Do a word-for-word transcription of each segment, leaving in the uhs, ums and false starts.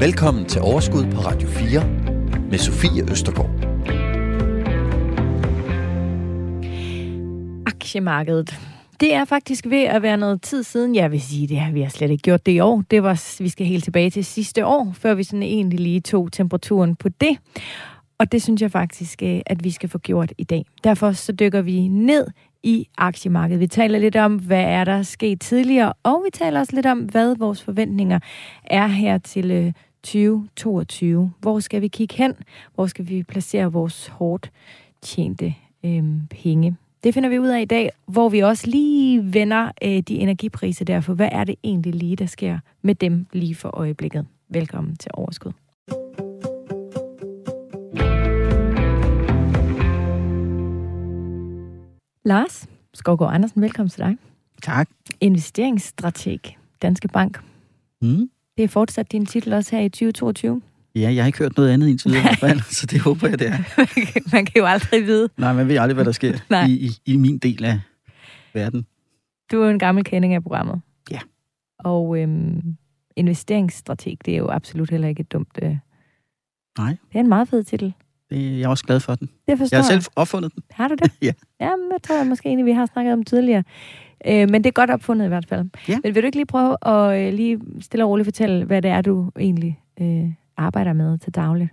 Velkommen til Overskud på Radio fire med Sofie Østergaard. Aktiemarkedet. Det er faktisk ved at være noget tid siden. Jeg vil sige, det har vi har slet ikke gjort det i år. Det var, vi skal helt tilbage til sidste år, før vi sådan egentlig lige tog temperaturen på det. Og det synes jeg faktisk, at vi skal få gjort i dag. Derfor så dykker vi ned i aktiemarkedet. Vi taler lidt om, hvad er der sket tidligere, og vi taler også lidt om, hvad vores forventninger er her til tyve toogtyve. Hvor skal vi kigge hen? Hvor skal vi placere vores hårdt tjente øhm, penge? Det finder vi ud af i dag, hvor vi også lige vender øh, de energipriser derfor. Hvad er det egentlig lige, der sker med dem lige for øjeblikket? Velkommen til Overskud. Lars Skovgaard Andersen, velkommen til dig. Tak. Investeringsstrateg, Danske Bank. Mm. Det er fortsat din titel også her i tyve toogtyve. Ja, jeg har ikke hørt noget andet indtil videre i hvert fald, så det håber jeg, det er. Man kan jo aldrig vide. Nej, man ved aldrig, hvad der sker i, i, i min del af verden. Du er en gammel kending af programmet. Ja. Og øhm, investeringsstrateg, det er jo absolut heller ikke et dumt... Øh... Nej. Det er en meget fed titel. Det, jeg er også glad for den. Det forstår jeg har selv opfundet den. Har du det? Ja. Jamen, jeg tror jeg måske egentlig, vi har snakket om tidligere. Øh, men det er godt opfundet i hvert fald. Ja. Men vil du ikke lige prøve at øh, lige stille og roligt fortælle, hvad det er, du egentlig øh, arbejder med til daglig?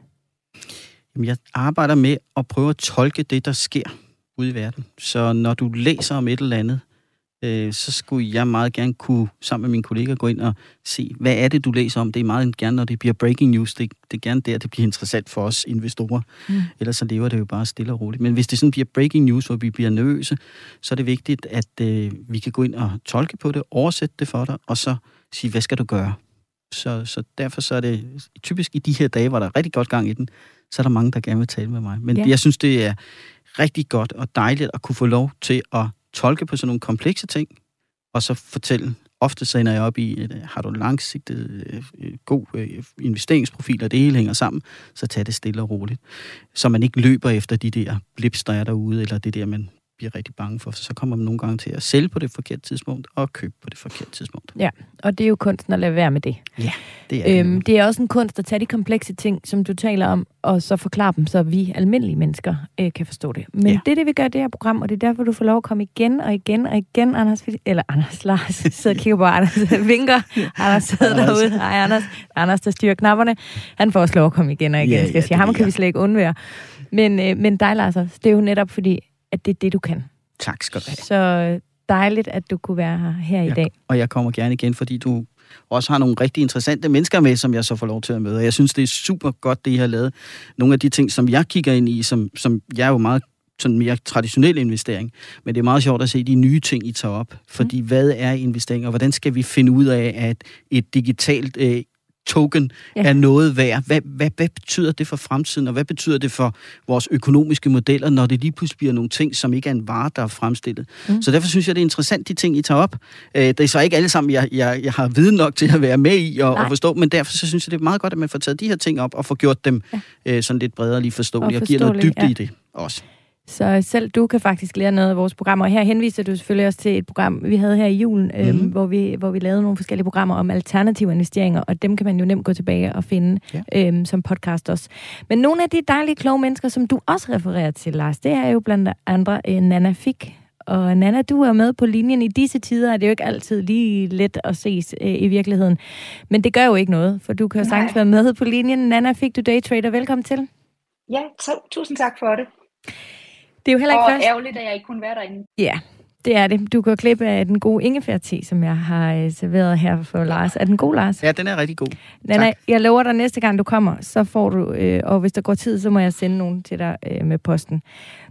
Jamen, jeg arbejder med at prøve at tolke det, der sker ude i verden. Så når du læser om et eller andet, øh, så skulle jeg meget gerne kunne, sammen med mine kolleger, gå ind og se, hvad er det, du læser om? Det er meget gerne, når det bliver breaking news. Det, det er gerne der, det bliver interessant for os investorer. Mm. Ellers så lever det jo bare stille og roligt. Men hvis det sådan bliver breaking news, hvor vi bliver nervøse, så er det vigtigt, at øh, vi kan gå ind og tolke på det, oversætte det for dig, og så sige, hvad skal du gøre? Så, så derfor så er det typisk i de her dage, hvor der er rigtig godt gang i den, så er der mange, der gerne vil tale med mig. Men ja. Jeg synes, det er rigtig godt og dejligt at kunne få lov til at tolke på sådan nogle komplekse ting, og så fortælle. Ofte så ender jeg op i, at har du langsigtet øh, god øh, investeringsprofil, og det hele hænger sammen, så tag det stille og roligt. Så man ikke løber efter de der blips, der er derude, eller det der, man bliver rigtig bange for. Så kommer man nogle gange til at sælge på det forkerte tidspunkt, og købe på det forkerte tidspunkt. Ja, og det er jo kunsten at lade være med det. Ja, det er øhm, det. Det er også en kunst at tage de komplekse ting, som du taler om, og så forklare dem, så vi almindelige mennesker øh, kan forstå det. Men ja. Det er det, vi gør i det her program, og det er derfor, du får lov at komme igen og igen og igen, Anders, eller Anders Lars, sidder og kigger på Anders, vinker, Anders sidder derude, hej Anders, Anders, der styrer knapperne, han får også lov at komme igen og igen, ja, skal jeg sige, ham kan vi slet ikke undvære. Men, øh, men dig, Lars, det er jo netop fordi, at det er det, du kan. Tak skal du have. Så dejligt, at du kunne være her, her i ja, dag. Og jeg kommer gerne igen, fordi du også har nogle rigtig interessante mennesker med, som jeg så får lov til at møde. Og jeg synes, det er super godt, det I har lavet. Nogle af de ting, som jeg kigger ind i, som, som jeg er jo meget sådan mere traditionel investering. Men det er meget sjovt at se de nye ting, I tager op. Fordi mm. hvad er investering, og hvordan skal vi finde ud af, at et digitalt øh, token ja. er noget værd? Hvad, hvad, hvad betyder det for fremtiden, og hvad betyder det for vores økonomiske modeller, når det lige pludselig bliver nogle ting, som ikke er en vare, der er fremstillet? Mm. Så derfor synes jeg, det er interessant, de ting, I tager op. Øh, det er så ikke alle sammen, jeg, jeg, jeg har viden nok til at være med i og, og forstå, men derfor så synes jeg, det er meget godt, at man får taget de her ting op og får gjort dem ja. øh, sådan lidt bredere lige forståelige, og, og giver noget dybde ja. i det også. Så selv du kan faktisk lære noget af vores programmer. Og her henviser du selvfølgelig også til et program, vi havde her i julen, mm-hmm. øhm, hvor, vi, hvor vi lavede nogle forskellige programmer om alternative investeringer, og dem kan man jo nemt gå tilbage og finde ja. øhm, som podcast også. Men nogle af de dejlige, kloge mennesker, som du også refererer til, Lars, det er jo blandt andre øh, Nanna Fik. Og Nanna, du er med på linjen. I disse tider er det jo ikke altid lige let at ses øh, i virkeligheden. Men det gør jo ikke noget, for du kan jo sagtens være med på linjen. Nanna Fik, du daytrader. Velkommen til. Ja, t- tusind tak for det. Det er jo heller ikke og først. ærgerligt, at jeg ikke kunne være derinde. Ja, det er det. Du kan klippe af den gode ingefærte, som jeg har serveret her for Lars. Er den god, Lars? Ja, den er rigtig god. Nanna, tak. Jeg lover dig, næste gang du kommer, så får du, øh, og hvis der går tid, så må jeg sende nogen til dig øh, med posten.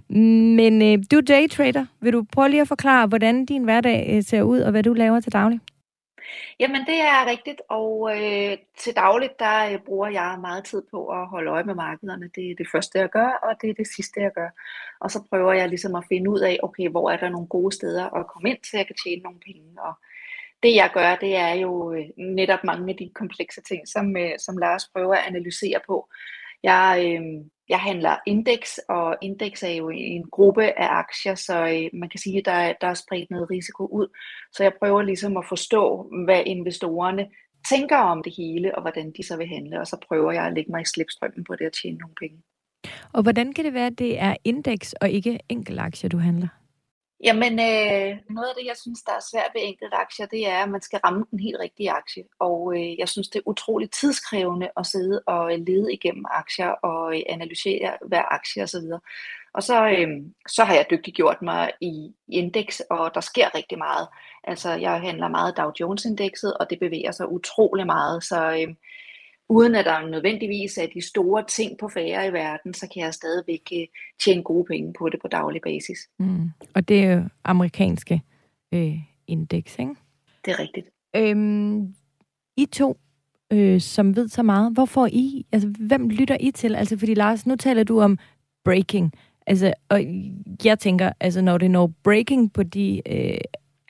Men øh, du er daytrader. Vil du prøve lige at forklare, hvordan din hverdag øh, ser ud, og hvad du laver til daglig? Jamen, det er rigtigt, og øh, til dagligt, der øh, bruger jeg meget tid på at holde øje med markederne. Det er det første, jeg gør, og det er det sidste, jeg gør. Og så prøver jeg ligesom at finde ud af, okay, hvor er der nogle gode steder at komme ind, så jeg kan tjene nogle penge. Og det, jeg gør, det er jo øh, netop mange af de komplekse ting, som, øh, som Lars prøver at analysere på. Jeg, øh, jeg handler indeks, og indeks er jo en gruppe af aktier, så øh, man kan sige, at der, der er spredt noget risiko ud. Så jeg prøver ligesom at forstå, hvad investorerne tænker om det hele, og hvordan de så vil handle, og så prøver jeg at lægge mig i slipstrømmen på det at tjene nogle penge. Og hvordan kan det være, at det er indeks og ikke enkeltaktier, du handler? Jamen, øh, noget af det, jeg synes, der er svært ved enkeltaktier, det er, at man skal ramme den helt rigtige aktie. Og øh, jeg synes, det er utroligt tidskrævende at sidde og lede igennem aktier og øh, analysere hver aktie osv. Og så, øh, så har jeg dygtiggjort mig i indeks, og der sker rigtig meget. Altså, jeg handler meget Dow Jones-indekset, og det bevæger sig utrolig meget. Så øh, uden at der nødvendigvis er de store ting på færre i verden, så kan jeg stadigvæk øh, tjene gode penge på det på daglig basis. Mm. Og det er jo amerikanske øh, indeks, ikke? Det er rigtigt. Øhm, I to, øh, som ved så meget, hvor får I, altså hvem lytter I til? Altså fordi Lars, nu taler du om breaking. Altså, og jeg tænker, altså når det når breaking på de øh,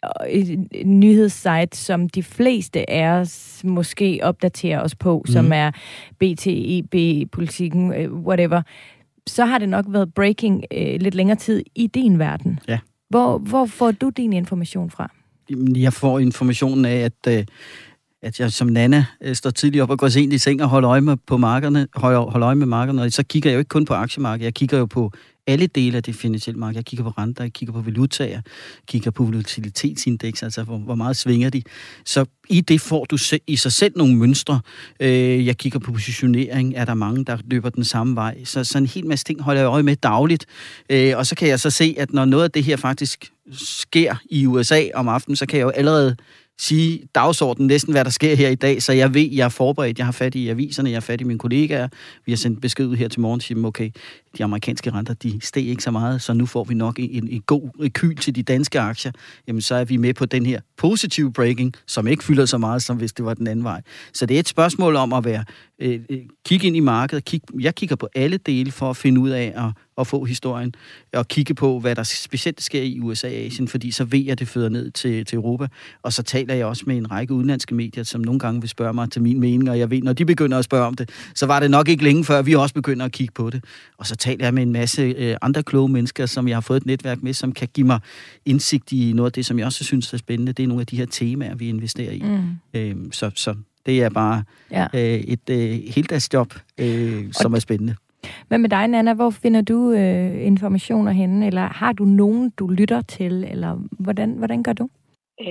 nyhedssites, som de fleste af os måske opdaterer os på, mm. som er B T, E B, Politikken, øh, whatever, så har det nok været breaking øh, lidt længere tid i din verden. Ja. Hvor, hvor får du din information fra? Jeg får informationen af, at, at jeg som Nana står tidligt op og går sent i seng og holder øje med, på markederne, holder øje med markederne, og så kigger jeg jo ikke kun på aktiemarkedet, jeg kigger jo på alle dele af det finansielle marked. Jeg kigger på renter, jeg kigger på valutaer, jeg kigger på volatilitetsindeks, altså hvor, hvor meget svinger de. Så i det får du se, i sig selv nogle mønstre. Øh, jeg kigger på positionering, er der mange, der løber den samme vej. Så, så en hel masse ting holder jeg øje med dagligt. Øh, og så kan jeg så se, at når noget af det her faktisk sker i U S A om aftenen, så kan jeg jo allerede sige dagsordenen næsten, hvad der sker her i dag, så jeg ved, jeg er forberedt, jeg har fat i aviserne, jeg har fat i mine kollegaer, vi har sendt besked ud her til morgen, siger okay, de amerikanske renter, de steg ikke så meget, så nu får vi nok en, en god rekyl til de danske aktier, jamen så er vi med på den her positive breaking, som ikke fylder så meget, som hvis det var den anden vej. Så det er et spørgsmål om at være, øh, kigge ind i markedet, kig, jeg kigger på alle dele for at finde ud af at, at få historien, og kigge på, hvad der specielt sker i U S A og Asien, fordi så ved jeg, at det føder ned til, til Europa, og så taler jeg også med en række udenlandske medier, som nogle gange vil spørge mig til min mening, og jeg ved, når de begynder at spørge om det, så var det nok ikke længe før, vi også begynder at kigge på det. Og så taler jeg med en masse øh, andre kloge mennesker, som jeg har fået et netværk med, som kan give mig indsigt i noget af det, som jeg også synes er spændende. Det er nogle af de her temaer, vi investerer i. Mm. Øhm, så, så det er bare ja. øh, et øh, heldagsjob, øh, som er spændende. Men med dig, Nana, hvor finder du øh, informationer henne? Eller har du nogen, du lytter til? Eller hvordan, hvordan gør du?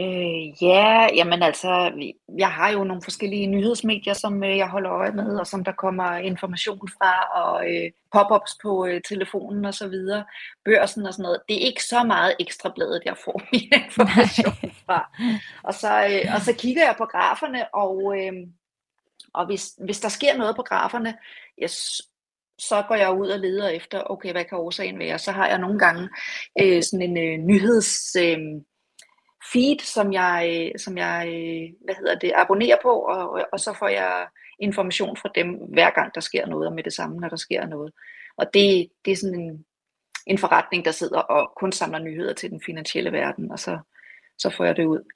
Øh, ja, jamen altså, jeg har jo nogle forskellige nyhedsmedier, som øh, jeg holder øje med, og som der kommer information fra, og øh, pop-ups på øh, telefonen og så videre, børsen og sådan noget. Det er ikke så meget Ekstrabladet, jeg får min information fra. Og så, øh, og så kigger jeg på graferne, og, øh, og hvis, hvis der sker noget på graferne, yes, så går jeg ud og leder efter, okay, hvad kan årsagen være? Så har jeg nogle gange øh, sådan en øh, nyheds... Øh, feed, som jeg, som jeg hvad hedder det, abonnerer på, og, og så får jeg information fra dem, hver gang der sker noget, og med det samme, når der sker noget. Og det, det er sådan en, en forretning, der sidder og kun samler nyheder til den finansielle verden, og så, så får jeg det ud.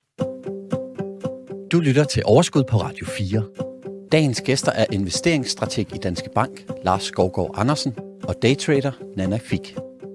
Du lytter til Overskud på Radio fire. Dagens gæster er investeringsstrateg i Danske Bank, Lars Skovgaard Andersen, og daytrader Nana Fik.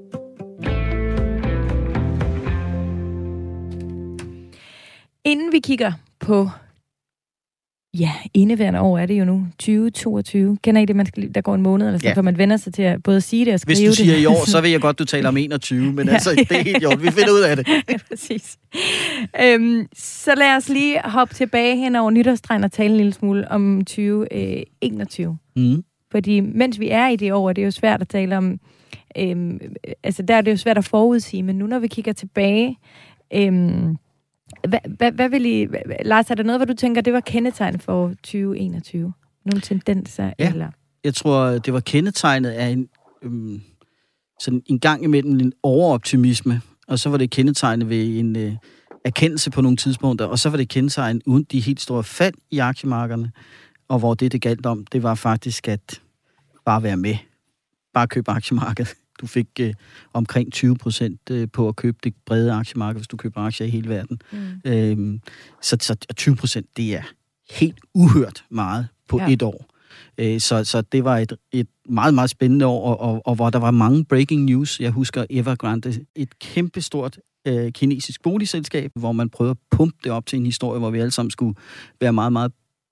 Inden vi kigger på, ja, indeværende år er det jo nu, tyve toogtyve. Kender I det, man skal, der går en måned, eller sådan, ja. For man vender sig til at både sige det og skrive det. Hvis du siger det. i år, så ved jeg godt, du taler om enogtyve, men ja. altså, det er helt jorden. Vi finder ud af det. Ja, præcis. Øhm, så lad os lige hoppe tilbage hen over nytårsstregen og tale en lille smule om tyve enogtyve. Mm. Fordi mens vi er i det år, det er jo svært at tale om, øhm, altså der er det jo svært at forudsige, men nu når vi kigger tilbage, øhm, Hvad, hvad, hvad vil I... Lars, er der noget, hvor du tænker, det var kendetegn for tyve enogtyve? Nogle tendenser? Ja, eller? Jeg tror, det var kendetegnet af en, øhm, sådan en gang imellem en overoptimisme, og så var det kendetegnet ved en øh, erkendelse på nogle tidspunkter, og så var det kendetegnet uden de helt store fald i aktiemarkederne, og hvor det, det galt om, det var faktisk at bare være med. Bare købe aktiemarkedet. Du fik øh, omkring tyve procent øh, på at købe det brede aktiemarked, hvis du køber aktier i hele verden. Mm. Øhm, så, så tyve procent, det er helt uhørt meget på ja. et år. Øh, så, så det var et, et meget, meget spændende år, og, og, og hvor der var mange breaking news. Jeg husker Evergrande, et kæmpestort øh, kinesisk boligselskab, hvor man prøvede at pumpe det op til en historie, hvor vi alle sammen skulle være meget, meget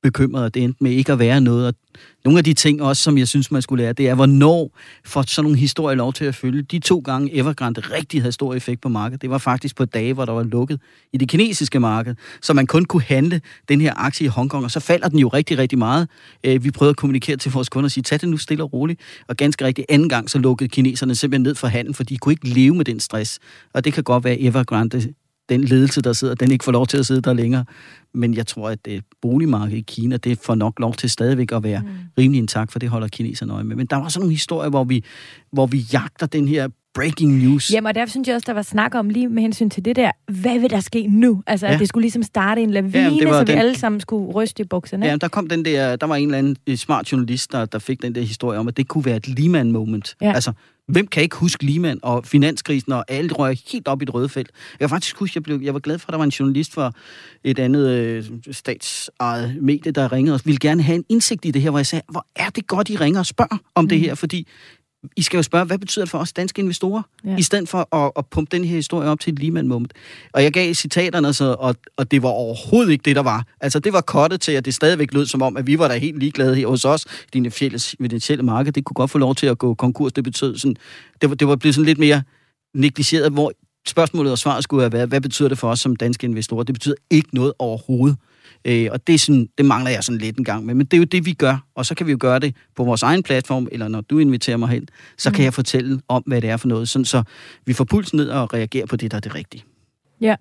bekymret, og det endte med ikke at være noget. Og nogle af de ting også, som jeg synes, man skulle lære, det er, hvornår får sådan nogle historier lov til at følge. De to gange Evergrande rigtig havde stor effekt på markedet, det var faktisk på dage, hvor der var lukket i det kinesiske marked, så man kun kunne handle den her aktie i Hongkong, og så falder den jo rigtig, rigtig meget. Vi prøvede at kommunikere til vores kunder og sige, tag det nu stille og roligt. Og ganske rigtigt, anden gang så lukkede kineserne simpelthen ned for handel, for de kunne ikke leve med den stress. Og det kan godt være Evergrande, den ledelse, der sidder, den ikke får lov til at sidde der længere. Men jeg tror, at det boligmarked i Kina, det får nok lov til stadigvæk at være mm. rimelig intakt, for det holder kineserne øje med. Men der var sådan nogle historier, hvor vi, hvor vi jagter den her breaking news. Jamen, og derfor synes jeg også, der var snak om lige med hensyn til det der, hvad vil der ske nu? Altså, ja. At det skulle ligesom starte en lavine, ja, så vi den... alle sammen skulle ryste i bukserne. Ja, der kom den der, der var en eller anden smart journalist, der, der fik den der historie om, at det kunne være et Lehman moment. Ja. Altså, hvem kan ikke huske Lehman og finanskrisen, og alt røg helt op i det røde felt. Jeg kan faktisk huske, jeg, blev, jeg var glad for, at der var en journalist fra et andet øh, statsejet medie, der ringede og ville gerne have en indsigt i det her, hvor jeg sagde, hvor er det godt, I ringer og spørger om mm. det her, fordi I skal jo spørge, hvad betyder det for os danske investorer? Ja. I stedet for at, at pumpe den her historie op til et Lehman-moment. Og jeg gav citaterne, så, og, og det var overhovedet ikke det, der var. Altså, det var kottet til, at det stadigvæk lød som om, at vi var da helt ligeglade her hos os. Det finansielle marked, det kunne godt få lov til at gå konkurs. Det betød sådan, det var, det var blevet sådan lidt mere negligeret, hvor spørgsmålet og svaret skulle have været, hvad betyder det for os som danske investorer? Det betyder ikke noget overhovedet. Øh, og det, er sådan, det mangler jeg sådan lidt en gang med. Men det er jo det, vi gør. Og så kan vi jo gøre det på vores egen platform, eller når du inviterer mig hen, så mm. kan jeg fortælle om, hvad det er for noget, sådan så vi får pulsen ned og reagerer på det, der er det rigtige. Ja.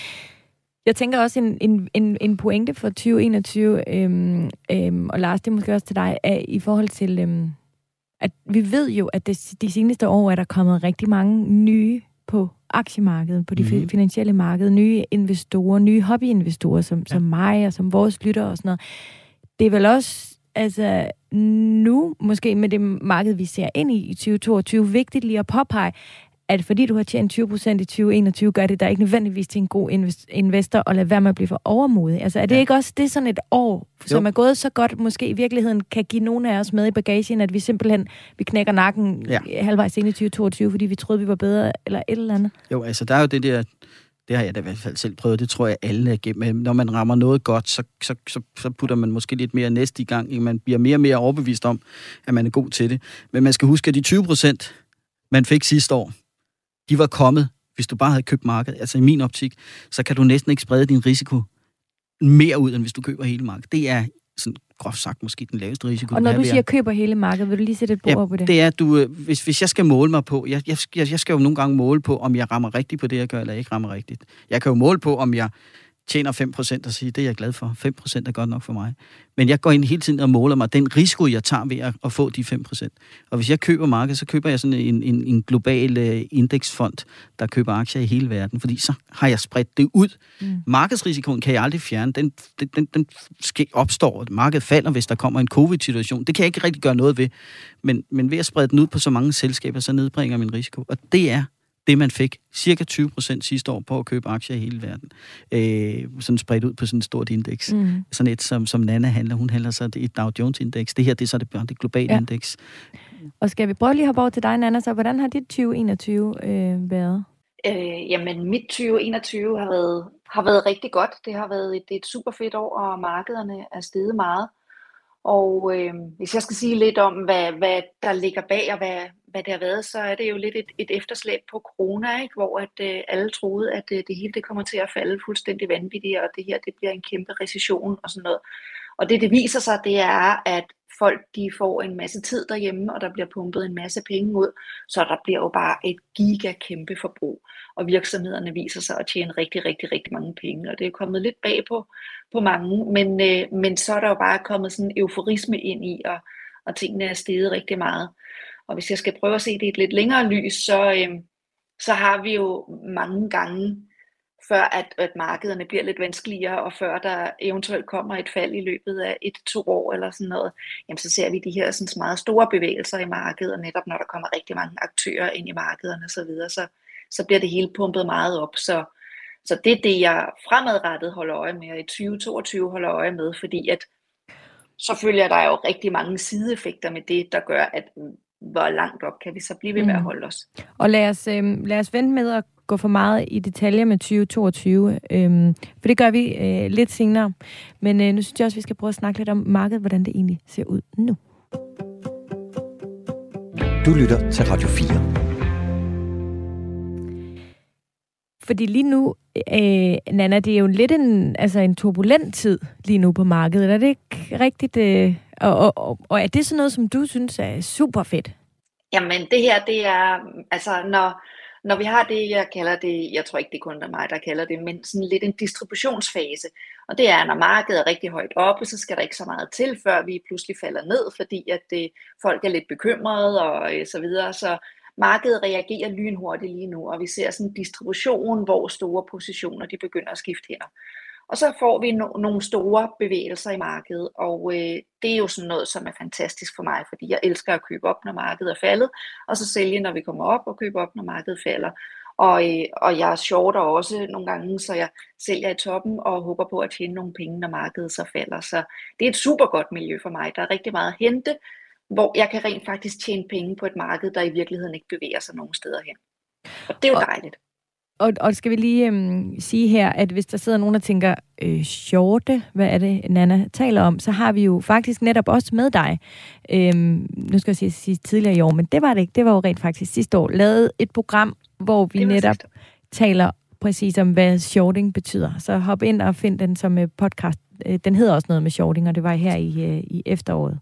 Jeg tænker også en, en, en, en pointe for tyve enogtyve, øhm, øhm, og Lars, det er måske også til dig, er i forhold til, øhm, at vi ved jo, at det, de seneste år er der kommet rigtig mange nye på aktiemarkedet, på de mm. finansielle marked, nye investorer, nye hobbyinvestorer, som, ja. som mig og som vores lyttere og sådan noget. Det er vel også, altså nu, måske med det marked, vi ser ind i i tyve toogtyve, vigtigt lige at påpege, at fordi du har tjent tyve procent i tyve enogtyve, gør det der ikke nødvendigvis til en god investor at lade være med at blive for overmodig. Altså er det ja. ikke også det sådan et år, som jo. er gået så godt, måske i virkeligheden kan give nogle af os med i bagagen, at vi simpelthen vi knækker nakken ja. halvvejs ind i tyve toogtyve, fordi vi troede, vi var bedre, eller et eller andet? Jo, altså der er jo det der, det har jeg da i hvert fald selv prøvet, det tror jeg alle er igennem. Når man rammer noget godt, så, så, så, så putter man måske lidt mere næste i gang. Man bliver mere og mere overbevist om, at man er god til det. Men man skal huske, at de tyve procent, man fik sidste år, de var kommet, hvis du bare havde købt markedet. Altså i min optik, så kan du næsten ikke sprede din risiko mere ud, end hvis du køber hele markedet. Det er sådan groft sagt måske den laveste risiko. Og når du siger køber hele markedet, vil du lige sætte et bord ja, på det? Det er, du, hvis, hvis jeg skal måle mig på, jeg, jeg, jeg skal jo nogle gange måle på, om jeg rammer rigtigt på det, jeg gør, eller ikke rammer rigtigt. Jeg kan jo måle på, om jeg tjener fem procent og sige, det er jeg glad for. fem procent er godt nok for mig. Men jeg går ind hele tiden og måler mig den risiko, jeg tager ved at, at få de fem procent. Og hvis jeg køber markedet, så køber jeg sådan en, en, en global uh, indeksfond, der køber aktier i hele verden, fordi så har jeg spredt det ud. Mm. Markedsrisikoen kan jeg aldrig fjerne. Den, den, den, den opstår. Markedet falder, hvis der kommer en covid-situation. Det kan jeg ikke rigtig gøre noget ved. Men, men ved at sprede den ud på så mange selskaber, så nedbringer min risiko. Og det er det, man fik cirka tyve procent sidste år på at købe aktier i hele verden. Øh, sådan spredt ud på sådan et stort indeks. Mm. Sådan et, som, som Nana handler. Hun handler så et Dow Jones-indeks. Det her, det er så det, det globale ja. indeks. Og skal vi prøve lige at hoppe over til dig, Nana, så hvordan har dit tyve enogtyve øh, været? Øh, jamen, mit tyve enogtyve har været, har været rigtig godt. Det har været et, et super fedt år, og markederne er steget meget. Og øh, hvis jeg skal sige lidt om, hvad, hvad der ligger bag, og hvad, hvad det har været, så er det jo lidt et, et efterslæb på corona, ikke? Hvor at, øh, alle troede, at øh, det hele det kommer til at falde fuldstændig vanvittigt, og det her det bliver en kæmpe recession og sådan noget. Og det, det viser sig, det er, at folk de får en masse tid derhjemme, og der bliver pumpet en masse penge ud, så der bliver jo bare et giga kæmpe forbrug. Og virksomhederne viser sig at tjene rigtig, rigtig, rigtig mange penge, og det er kommet lidt bag på, på mange, men, øh, men så er der jo bare kommet sådan en euforisme ind i, og, og tingene er steget rigtig meget. Og hvis jeg skal prøve at se det i et lidt længere lys, så, øh, så har vi jo mange gange, før at, at markederne bliver lidt vanskeligere, og før der eventuelt kommer et fald i løbet af et, to år eller sådan noget, jamen så ser vi de her sådan meget store bevægelser i markedet, og netop når der kommer rigtig mange aktører ind i markederne osv., så, videre, så, så bliver det hele pumpet meget op. Så, så det er det, jeg fremadrettet holder øje med, og i tyve toogtyve holder øje med, fordi at så følger der jo rigtig mange sideeffekter med det, der gør, at hvor langt op kan vi så blive ved med at holde os. Og lad os, øh, lad os vente med at gå for meget i detaljer med tyve toogtyve, øhm, for det gør vi øh, lidt senere. Men øh, nu synes jeg også, vi skal prøve at snakke lidt om markedet, hvordan det egentlig ser ud nu. Du lytter til Radio fire. Fordi lige nu, øh, Nanna, det er jo lidt en, altså en turbulent tid lige nu på markedet. Er det ikke rigtigt? Øh, og, og, og, og er det sådan noget, som du synes er super fedt? Jamen det her, det er, altså når, når vi har det, jeg kalder det, jeg tror ikke det er kun mig, der kalder det, men sådan lidt en distributionsfase. Og det er, når markedet er rigtig højt oppe, så skal der ikke så meget til, før vi pludselig falder ned, fordi at det, folk er lidt bekymrede og øh, så videre. Så markedet reagerer lynhurtigt lige nu, og vi ser sådan en distribution, hvor store positioner de begynder at skifte hænder. Og så får vi no- nogle store bevægelser i markedet, og øh, det er jo sådan noget, som er fantastisk for mig, fordi jeg elsker at købe op, når markedet er faldet, og så sælge, når vi kommer op, og købe op, når markedet falder. Og, øh, og jeg shorter også nogle gange, så jeg sælger i toppen og håber på at tjene nogle penge, når markedet så falder. Så det er et super godt miljø for mig. Der er rigtig meget at hente, hvor jeg kan rent faktisk tjene penge på et marked, der i virkeligheden ikke bevæger sig nogen steder hen. Og det er jo dejligt. Og, og skal vi lige øhm, sige her, at hvis der sidder nogen, der tænker, øh, shorte, hvad er det, Nanna taler om, så har vi jo faktisk netop også med dig, øhm, nu skal jeg sige, sige tidligere i år, men det var det ikke, det var jo rent faktisk sidste år, lavet et program, hvor vi netop taler præcis om, hvad shorting betyder. Så hop ind og find den som podcast. Den hedder også noget med shorting, og det var her i, i efteråret.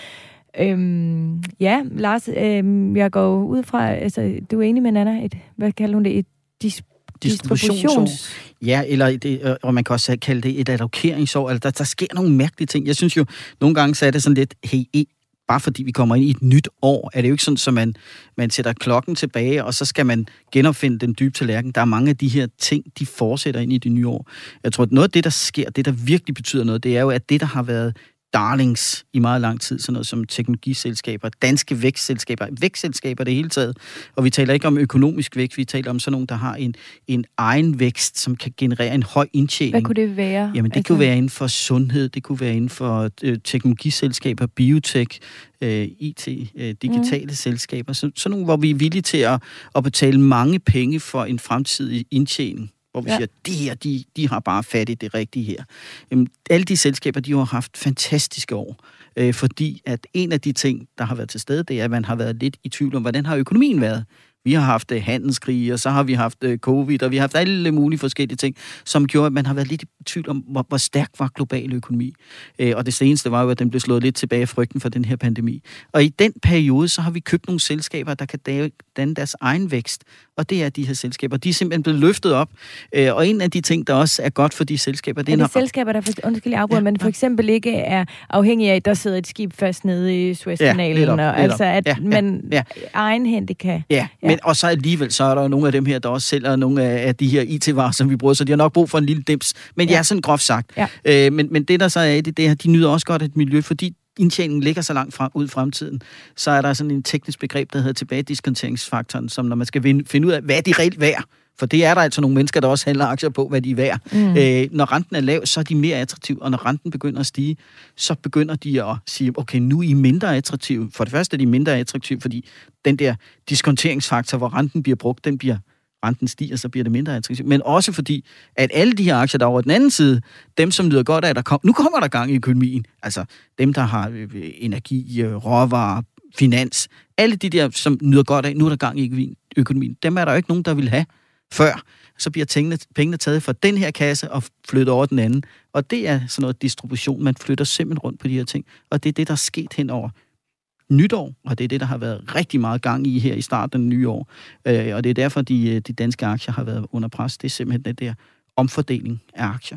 Øhm, ja, Lars, øhm, jeg går ud fra, altså, du er enig med Nanna, et, hvad kalder hun det, et dis- distributionsår? Ja, eller det, og man kan også kalde det et allokeringsår. Altså, der, der sker nogle mærkelige ting. Jeg synes jo, nogle gange så er det sådan lidt, hey, bare fordi vi kommer ind i et nyt år, er det jo ikke sådan, at man, man sætter klokken tilbage, og så skal man genopfinde den dybe tallerken. Der er mange af de her ting, de fortsætter ind i det nye år. Jeg tror, at noget af det, der sker, det der virkelig betyder noget, det er jo, at det, der har været darlings i meget lang tid, sådan noget som teknologiselskaber, danske vækstselskaber, vækstselskaber det hele taget. Og vi taler ikke om økonomisk vækst, vi taler om sådan nogle, der har en, en egen vækst, som kan generere en høj indtjening. Hvad kunne det være? Jamen det altså... kunne være inden for sundhed, det kunne være inden for øh, teknologiselskaber, biotech, øh, I T, øh, digitale mm. selskaber. Så, sådan nogle, hvor vi er villige til at, at betale mange penge for en fremtidig indtjening. Hvor vi ja. siger, at de her, de, de har bare fat i det rigtige her. Jamen, alle de selskaber, de har haft fantastiske år, øh, fordi at en af de ting, der har været til stede, det er, at man har været lidt i tvivl om, hvordan har økonomien været. Vi har haft uh, handelskrig, og så har vi haft uh, covid, og vi har haft alle mulige forskellige ting, som gjorde, at man har været lidt i tvivl om, hvor, hvor stærk var global økonomi. Uh, og det seneste var jo, at den blev slået lidt tilbage af frygten for den her pandemi. Og i den periode, så har vi købt nogle selskaber, der kan danne deres egen vækst. Og det er de her selskaber. De er simpelthen blevet løftet op. Uh, og en af de ting, der også er godt for de selskaber, det er... Er det selskaber, der for, undskyld, afbryder, ja, men for eksempel ikke er afhængige af, at der sidder et skib fast nede i Suezkanalen, ja, og altså at ja, man ja, ja. egenhændigt kan... Ja, ja. Men, og så alligevel, så er der jo nogle af dem her, der også sælger nogle af, af de her I T-varer, som vi bruger, så de har nok brug for en lille dims. Men ja, ja sådan groft sagt. Ja. Øh, men, men det, der så er i det, det er, de nyder også godt et miljø, fordi indtjeningen ligger så langt frem, ud i fremtiden. Så er der sådan en teknisk begreb, der hedder tilbagediskonteringsfaktoren, som når man skal finde ud af, hvad er de reelt værd? For det er der altså nogle mennesker, der også handler aktier på, hvad de er værd. Mm. Øh, når renten er lav, så er de mere attraktive, og når renten begynder at stige, så begynder de at sige, okay, nu er I mindre attraktive. For det første er de mindre attraktive, fordi den der diskonteringsfaktor, hvor renten bliver brugt, den bliver, renten stiger, så bliver det mindre attraktivt. Men også fordi, at alle de her aktier, der er over den anden side, dem som nyder godt af, der kom, nu kommer der gang i økonomien. Altså dem, der har øh, energi, øh, råvarer, finans, alle de der, som nyder godt af, nu er der gang i økonomien. Dem er der jo ikke nogen, der vil have før. Så bliver tingene, pengene taget fra den her kasse og flyttet over den anden. Og det er sådan noget distribution. Man flytter simpelthen rundt på de her ting. Og det er det, der er sket hen over nytår, og det er det, der har været rigtig meget gang i her i starten af nye år. Øh, og det er derfor, de, de danske aktier har været under pres. Det er simpelthen den der omfordeling af aktier.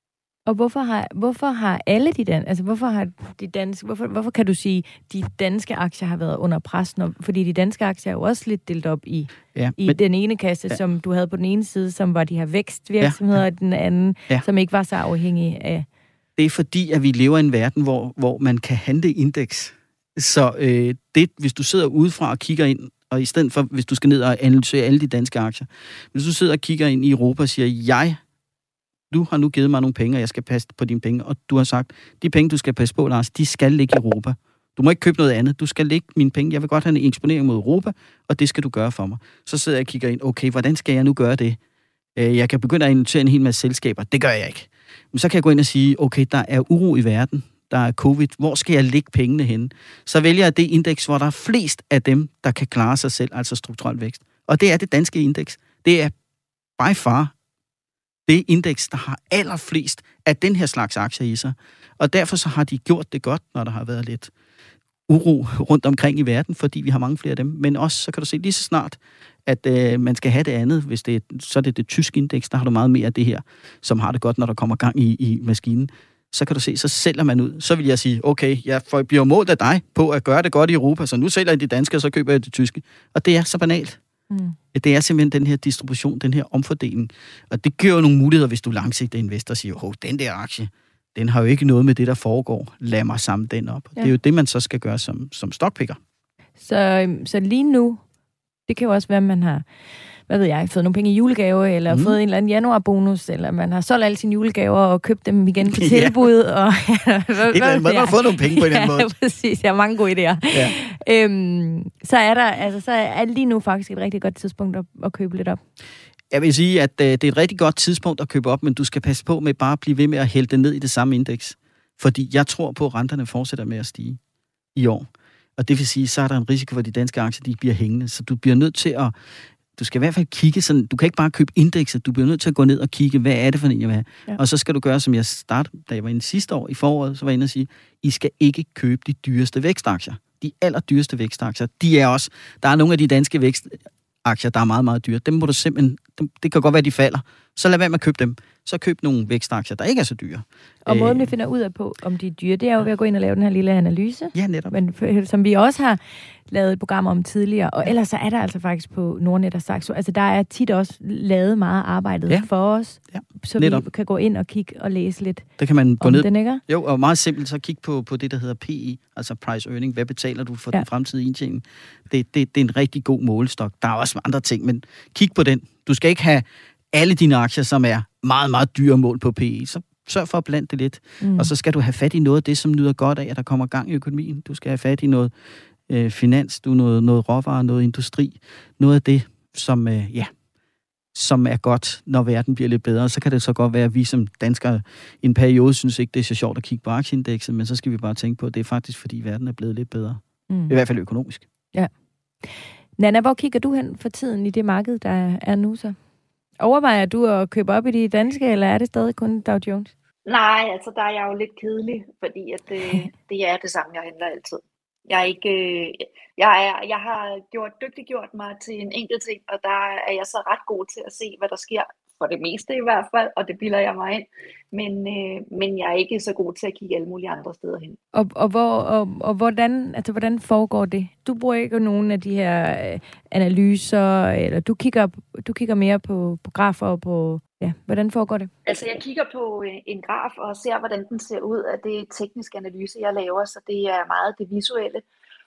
Og hvorfor har, hvorfor har alle de danske, altså hvorfor har de danske, hvorfor, hvorfor kan du sige, de danske aktier har været under pres? Når, fordi de danske aktier er jo også lidt delt op i, ja, i men, den ene kasse, ja. som du havde på den ene side, som var de her vækstvirksomheder, ja, ja. og den anden, ja. som ikke var så afhængige af... Det er fordi, at vi lever i en verden, hvor, hvor man kan handle indeks. Så øh, det, hvis du sidder udefra og kigger ind, og i stedet for, hvis du skal ned og analysere alle de danske aktier, hvis du sidder og kigger ind i Europa og siger, jeg, du har nu givet mig nogle penge, og jeg skal passe på dine penge, og du har sagt, de penge, du skal passe på, Lars, de skal ligge i Europa. Du må ikke købe noget andet. Du skal lægge mine penge. Jeg vil godt have en eksponering mod Europa, og det skal du gøre for mig. Så sidder jeg og kigger ind, okay, hvordan skal jeg nu gøre det? Jeg kan begynde at invitere en hel masse selskaber. Det gør jeg ikke. Men så kan jeg gå ind og sige, okay, der er uro i verden. Der er covid. Hvor skal jeg lægge pengene henne? Så vælger jeg det indeks, hvor der er flest af dem, der kan klare sig selv, altså strukturel vækst. Og det er det danske indeks. Det er by far det indeks, der har allerflest af den her slags aktier i sig. Og derfor så har de gjort det godt, når der har været lidt uro rundt omkring i verden, fordi vi har mange flere af dem. Men også, så kan du se lige så snart, at øh, man skal have det andet. Hvis det er, så er det det tyske indeks, der har du meget mere af det her, som har det godt, når der kommer gang i, i maskinen. Så kan du se, så sælger man ud. Så vil jeg sige, okay, jeg bliver målt af dig på at gøre det godt i Europa, så nu sælger jeg det danske, og så køber jeg det tyske. Og det er så banalt. Mm. Det er simpelthen den her distribution, den her omfordeling. Og det giver jo nogle muligheder, hvis du langsigtet investor siger, åh, den der aktie, den har jo ikke noget med det, der foregår. Lad mig samle den op. Ja. Det er jo det, man så skal gøre som, som stockpicker. Så, så lige nu, det kan jo også være, at man har, hvad ved jeg, fået nogle penge i julegave, eller mm. fået en eller anden januarbonus, eller man har solgt alle sine julegaver og købt dem igen på tilbud. Ja. Og, hvad, man har fået nogle penge på en eller anden måde. Ja, præcis. Jeg har mange gode idéer. Ja. Øhm, så er der, altså, så er lige nu faktisk et rigtig godt tidspunkt at, at købe lidt op. Jeg vil sige, at øh, det er et rigtig godt tidspunkt at købe op, men du skal passe på med bare at blive ved med at hælde det ned i det samme indeks. Fordi jeg tror på, at renterne fortsætter med at stige i år. Og det vil sige, så er der en risiko for, at de danske aktier de bliver hængende. Så du bliver nødt til at... Du skal i hvert fald kigge sådan... Du kan ikke bare købe indekset. Du bliver nødt til at gå ned og kigge, hvad er det for en, jeg vil have. Ja. Og så skal du gøre, som jeg startede, da jeg var inde sidste år i foråret, så var jeg inde og sige, I skal ikke købe de dyreste vækstaktier. De allerdyreste vækstaktier, de er også... Der er nogle af de danske vækstaktier, der er meget, meget dyre. Dem må du simpelthen... Dem, det kan godt være, de falder. Så lad være med at købe dem. Så køb nogle vækstaktier, der ikke er så dyre. Og måden, vi finder ud af på, om de er dyre, det er jo ved at gå ind og lave den her lille analyse. Ja, netop. Men, som vi også har lavet et program om tidligere. Og ellers så er der altså faktisk på Nordnet og Saxo. Altså, der er tit også lavet meget arbejdet ja. for os. Ja. Så netop. Vi kan gå ind og kigge og læse lidt det kan man gå ned. Den, ikke? Jo, og meget simpelt, så kig på, på det, der hedder P E, altså price earning. Hvad betaler du for ja. den fremtidige indtjening? Det, det, det er en rigtig god målestok. Der er også andre ting, men kig på den. Du skal ikke have alle dine aktier, som er meget, meget dyre mål på P E, så sørg for at blande det lidt. Mm. Og så skal du have fat i noget af det, som nyder godt af, at der kommer gang i økonomien. Du skal have fat i noget øh, finans, du noget, noget råvarer, noget industri. Noget af det, som, øh, ja, som er godt, når verden bliver lidt bedre. Så kan det så godt være, at vi som danskere i en periode synes ikke, det er så sjovt at kigge på aktieindekset, men så skal vi bare tænke på, at det er faktisk, fordi verden er blevet lidt bedre. Mm. I hvert fald økonomisk. Ja. Nana, hvor kigger du hen for tiden i det marked, der er nu så? Overvejer du at købe op i de danske, eller er det stadig kun Dow Jones? Nej, altså der er jeg jo lidt kedelig, fordi at det, det er det samme, jeg handler altid. Jeg, er ikke, jeg, er, jeg har gjort, dygtiggjort mig til en enkelt ting, og der er jeg så ret god til at se, hvad der sker, for det meste i hvert fald, og det bilder jeg mig ind. Men, øh, men jeg er ikke så god til at kigge alle mulige andre steder hen. Og, og, hvor, og, og hvordan, altså, hvordan foregår det? Du bruger ikke nogen af de her øh, analyser, eller du kigger, du kigger mere på, på grafer og på... Ja, hvordan foregår det? Altså, jeg kigger på en graf og ser, hvordan den ser ud af det tekniske analyse, jeg laver, så det er meget det visuelle.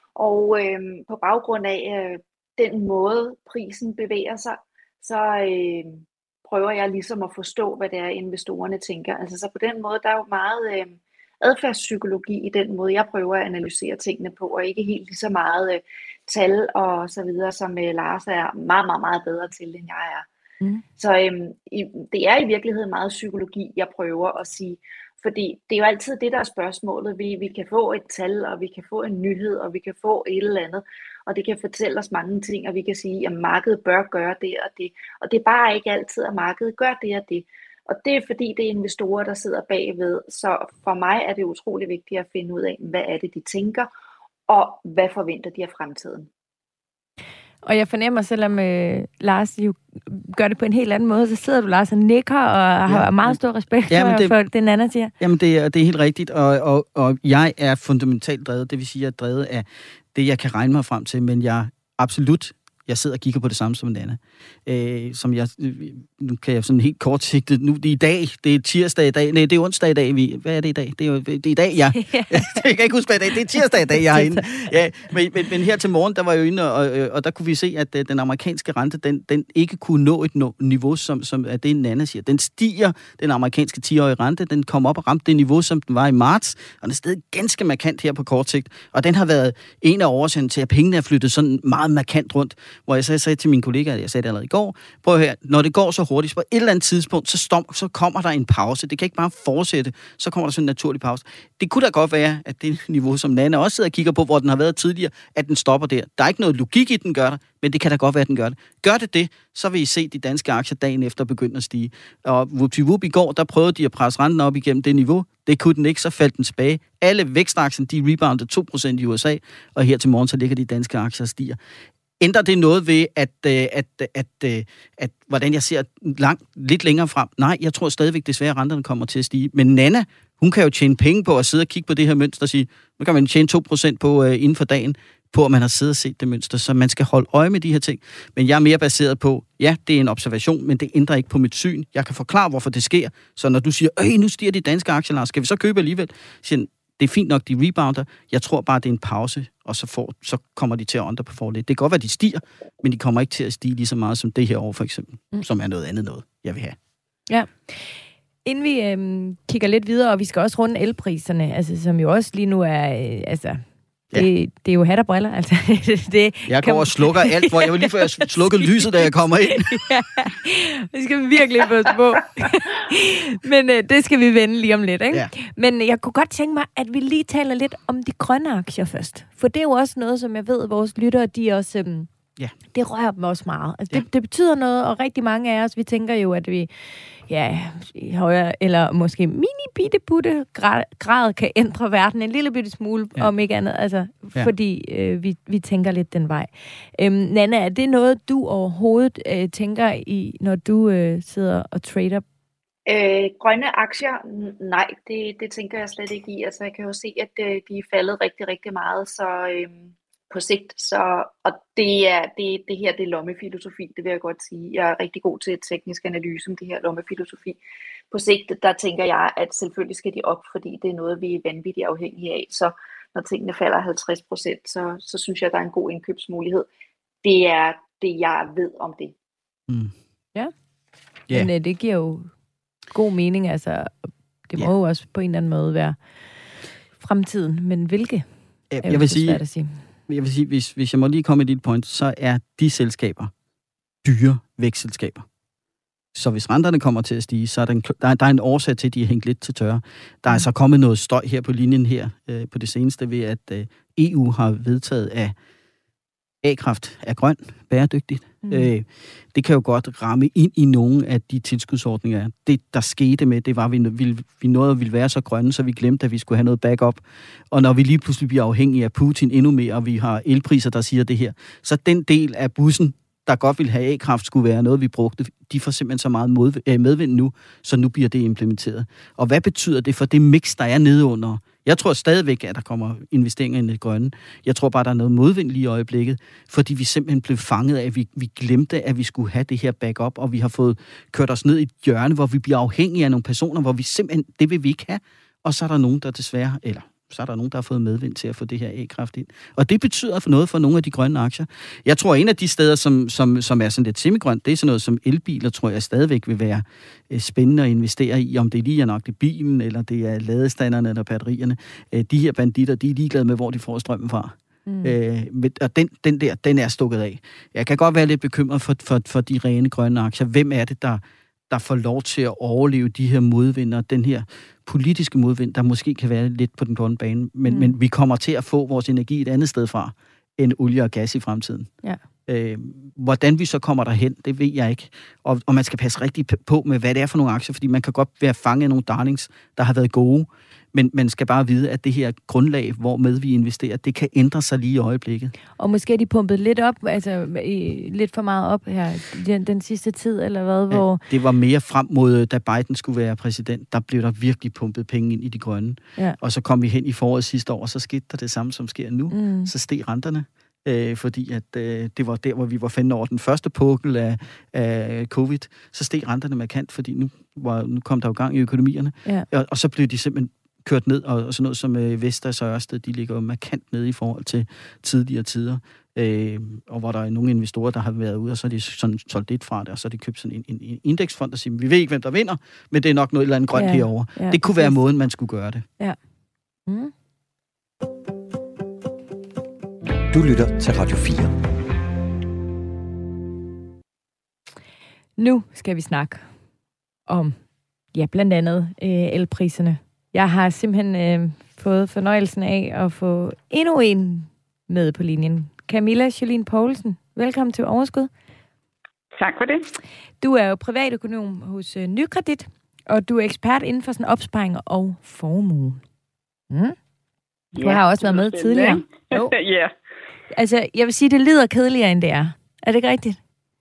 Og øh, på baggrund af øh, den måde, prisen bevæger sig, så øh, prøver jeg ligesom at forstå, hvad det er, investorerne tænker. Altså, så på den måde, der er jo meget øh, adfærdspsykologi i den måde, jeg prøver at analysere tingene på, og ikke helt lige så meget øh, tal og så videre, som øh, Lars er meget, meget, meget bedre til, end jeg er. Mm. Så øhm, i, det er i virkeligheden meget psykologi, jeg prøver at sige, fordi det er jo altid det, der er spørgsmålet. Vi, vi kan få et tal, og vi kan få en nyhed, og vi kan få et eller andet, og det kan fortælle os mange ting, og vi kan sige, at markedet bør gøre det og det, og det er bare ikke altid, at markedet gør det og det. Og det er fordi, det er investorer, der sidder bagved, så for mig er det utrolig vigtigt at finde ud af, hvad er det, de tænker, og hvad forventer de af fremtiden. Og jeg fornemmer, selvom øh, Lars jo gør det på en helt anden måde, så sidder du, Lars, og nikker og har ja. meget stor respekt ja, det, for det, Nana siger. Jamen, det er, det er helt rigtigt, og, og, og jeg er fundamentalt drevet, det vil sige, at jeg er drevet af det, jeg kan regne mig frem til, men jeg absolut, jeg sidder og kigger på det samme som Nanna. Øh, som jeg, nu kan jeg sådan helt kort sigte, nu det er i dag, det er tirsdag i dag, nej, det er onsdag i dag, vi, hvad er det i dag? Det er jo det er i dag, ja. Jeg kan ikke huske, hvad i dag, det er tirsdag i dag, jeg er inde. Ja, men, men, men her til morgen, der var jeg jo inde, og, og der kunne vi se, at den amerikanske rente, den, den ikke kunne nå et niveau, som, som er det, Nanna siger. Den stiger, den amerikanske ti-årige rente, den kom op og ramte det niveau, som den var i marts, og den er stadig ganske markant her på kort sigt, og den har været en af årsagen til, at pengene er flyttet sådan meget markant rundt, hvor jeg så sagde til mine kollegaer, jeg sagde det allerede i går, prøv her, når det går så hurtigt, på et eller andet tidspunkt, så, stom, så kommer der en pause. Det kan ikke bare fortsætte, så kommer der sådan en naturlig pause. Det kunne da godt være, at det niveau, som Nanna også sidder og kigger på, hvor den har været tidligere, at den stopper der. Der er ikke noget logik i, den gør det, men det kan da godt være, at den gør det. Gør det det, så vil I se de danske aktier dagen efter begynde at stige. Og whoop i går, der prøvede de at presse renten op igennem det niveau. Det kunne den ikke, så faldt den tilbage. Alle vækstaktier, de reboundede to procent i U S A, og her til morgen, så ligger de danske aktier og stiger. Ændrer det noget ved, at, at, at, at, at hvordan jeg ser langt, lidt længere frem? Nej, jeg tror stadigvæk, desværre, renterne kommer til at stige. Men Nanna, hun kan jo tjene penge på at sidde og kigge på det her mønster og sige, nu kan man tjene to procent på uh, inden for dagen, på at man har siddet og set det mønster. Så man skal holde øje med de her ting. Men jeg er mere baseret på, ja, det er en observation, men det ændrer ikke på mit syn. Jeg kan forklare, hvorfor det sker. Så når du siger, øh, nu stiger de danske aktier, Lars, skal vi så købe alligevel? Siger, det er fint nok, de rebounder. Jeg tror bare, det er en pause, og så, får, så kommer de til at underperforme lidt. Det kan godt være, de stiger, men de kommer ikke til at stige lige så meget som det her år, for eksempel. Mm. Som er noget andet noget, jeg vil have. Ja. Inden vi øhm, kigger lidt videre, og vi skal også runde elpriserne, altså, som jo også lige nu er... Øh, altså Det, ja. det er jo hat og briller, altså. det jeg går og slukker alt, hvor jeg vil lige før jeg slukker lyset, da jeg kommer ind. Ja, det skal vi virkelig passe på. Men øh, det skal vi vende lige om lidt, ikke? Ja. Men jeg kunne godt tænke mig, at vi lige taler lidt om de grønne aktier først. For det er jo også noget, som jeg ved, at vores lyttere, de også... Øhm, ja. Det rører dem også meget. Altså, ja. det, det betyder noget, og rigtig mange af os, vi tænker jo, at vi ja, i højere, eller måske mini-bitte-butte grad, grad kan ændre verden en lille bitte smule, ja. om ikke andet, altså, ja. fordi øh, vi, vi tænker lidt den vej. Øhm, Nanna, er det noget, du overhovedet øh, tænker i, når du øh, sidder og trader? Øh, grønne aktier? Nej, det, det tænker jeg slet ikke i. Altså, jeg kan jo se, at øh, de er faldet rigtig, rigtig meget, så... Øh, på sigt, så, og det er det, det her, det er lommefilosofi, det vil jeg godt sige. Jeg er rigtig god til teknisk analyse om det her lommefilosofi. På sigt, der tænker jeg, at selvfølgelig skal de op, fordi det er noget, vi er vanvittigt afhængige af. Så når tingene falder halvtreds procent, så, så synes jeg, der er en god indkøbsmulighed. Det er det, jeg ved om det. Mm. Ja, yeah. Men øh, det giver jo god mening. Altså, det må yeah. jo også på en eller anden måde være fremtiden, men hvilke? Jeg, jeg vil sige... At sige. Jeg vil sige, hvis, hvis jeg må lige komme med dit point, så er de selskaber dyre vækstselskaber. Så hvis renterne kommer til at stige, så er der en, der, der er en årsag til, at de er hængt lidt til tørre. Der er så kommet noget støj her på linjen her øh, på det seneste ved, at øh, E U har vedtaget, at A-kraft er grøn, bæredygtigt. Mm. Øh, det kan jo godt ramme ind i nogle af de tilskudsordninger. Det, der skete med, det var, at vi, vi, vi nåede at ville være så grønne, så vi glemte, at vi skulle have noget backup. Og når vi lige pludselig bliver afhængige af Putin endnu mere, og vi har elpriser, der siger det her, så den del af bussen, der godt ville have A-kraft, skulle være noget, vi brugte. De får simpelthen så meget mod, medvind nu, så nu bliver det implementeret. Og hvad betyder det for det mix, der er nede under? Jeg tror stadigvæk, at der kommer investeringer i det grønne. Jeg tror bare, der er noget modvind lige i øjeblikket, fordi vi simpelthen blev fanget af, at vi, vi glemte, at vi skulle have det her backup, og vi har fået kørt os ned i et hjørne, hvor vi bliver afhængige af nogle personer, hvor vi simpelthen, det vil vi ikke have. Og så er der nogen, der desværre, eller så er der nogen, der har fået medvind til at få det her A-kraft ind. Og det betyder noget for nogle af de grønne aktier. Jeg tror, en af de steder, som, som, som er sådan lidt semigrønt, det er sådan noget som elbiler, tror jeg stadigvæk vil være spændende at investere i, om det lige er nok det bilen, eller det er ladestanderne eller batterierne. De her banditter, de er ligeglade med, hvor de får strømmen fra. Mm. Øh, og den, den der, den er stukket af. Jeg kan godt være lidt bekymret for, for, for de rene grønne aktier. Hvem er det, der der får lov til at overleve de her modvinder, den her politiske modvind, der måske kan være lidt på den grønne bane, men, mm. men vi kommer til at få vores energi et andet sted fra, end olie og gas i fremtiden. Ja. Øh, hvordan vi så kommer derhen, det ved jeg ikke. Og, og man skal passe rigtig på med, hvad det er for nogle aktier, fordi man kan godt være fanget af nogle darlings, der har været gode, men man skal bare vide, at det her grundlag, hvormed vi investerer, det kan ændre sig lige i øjeblikket. Og måske er de pumpet lidt op, altså lidt for meget op her den, den sidste tid, eller hvad? Ja, hvor... det var mere frem mod, da Biden skulle være præsident, der blev der virkelig pumpet penge ind i de grønne. Ja. Og så kom vi hen i foråret sidste år, og så skete der det samme, som sker nu. Mm. Så steg renterne. øh, fordi at øh, det var der, hvor vi var fandt over den første pukkel af, af covid, så steg renterne markant, fordi nu, var, nu kom der jo gang i økonomierne, ja. og, og så blev de simpelthen kørt ned, og, og sådan noget som øh, Vestas og Ørsted, de ligger jo markant nede i forhold til tidligere tider, øh, og hvor der er nogle investorer, der har været ude, og så er de sådan solgt lidt fra det, og så er de købt sådan en, en, en indeksfond, der siger, vi ved ikke, hvem der vinder, men det er nok noget eller andet grønt ja, herovre. Ja, det kunne være måden, man skulle gøre det. Ja. Mm. Du lytter til Radio fire. Nu skal vi snakke om, ja, blandt andet øh, elpriserne. Jeg har simpelthen øh, fået fornøjelsen af at få endnu en med på linjen. Camilla Jolien Poulsen, velkommen til Overskud. Tak for det. Du er jo privatøkonom hos øh, Nykredit, og du er ekspert inden for sådan opsparing og formue. Mm. Du ja, har også været med tidligere. Jo. Ja. Altså, jeg vil sige, det lyder kedeligere, end det er. Er det ikke rigtigt?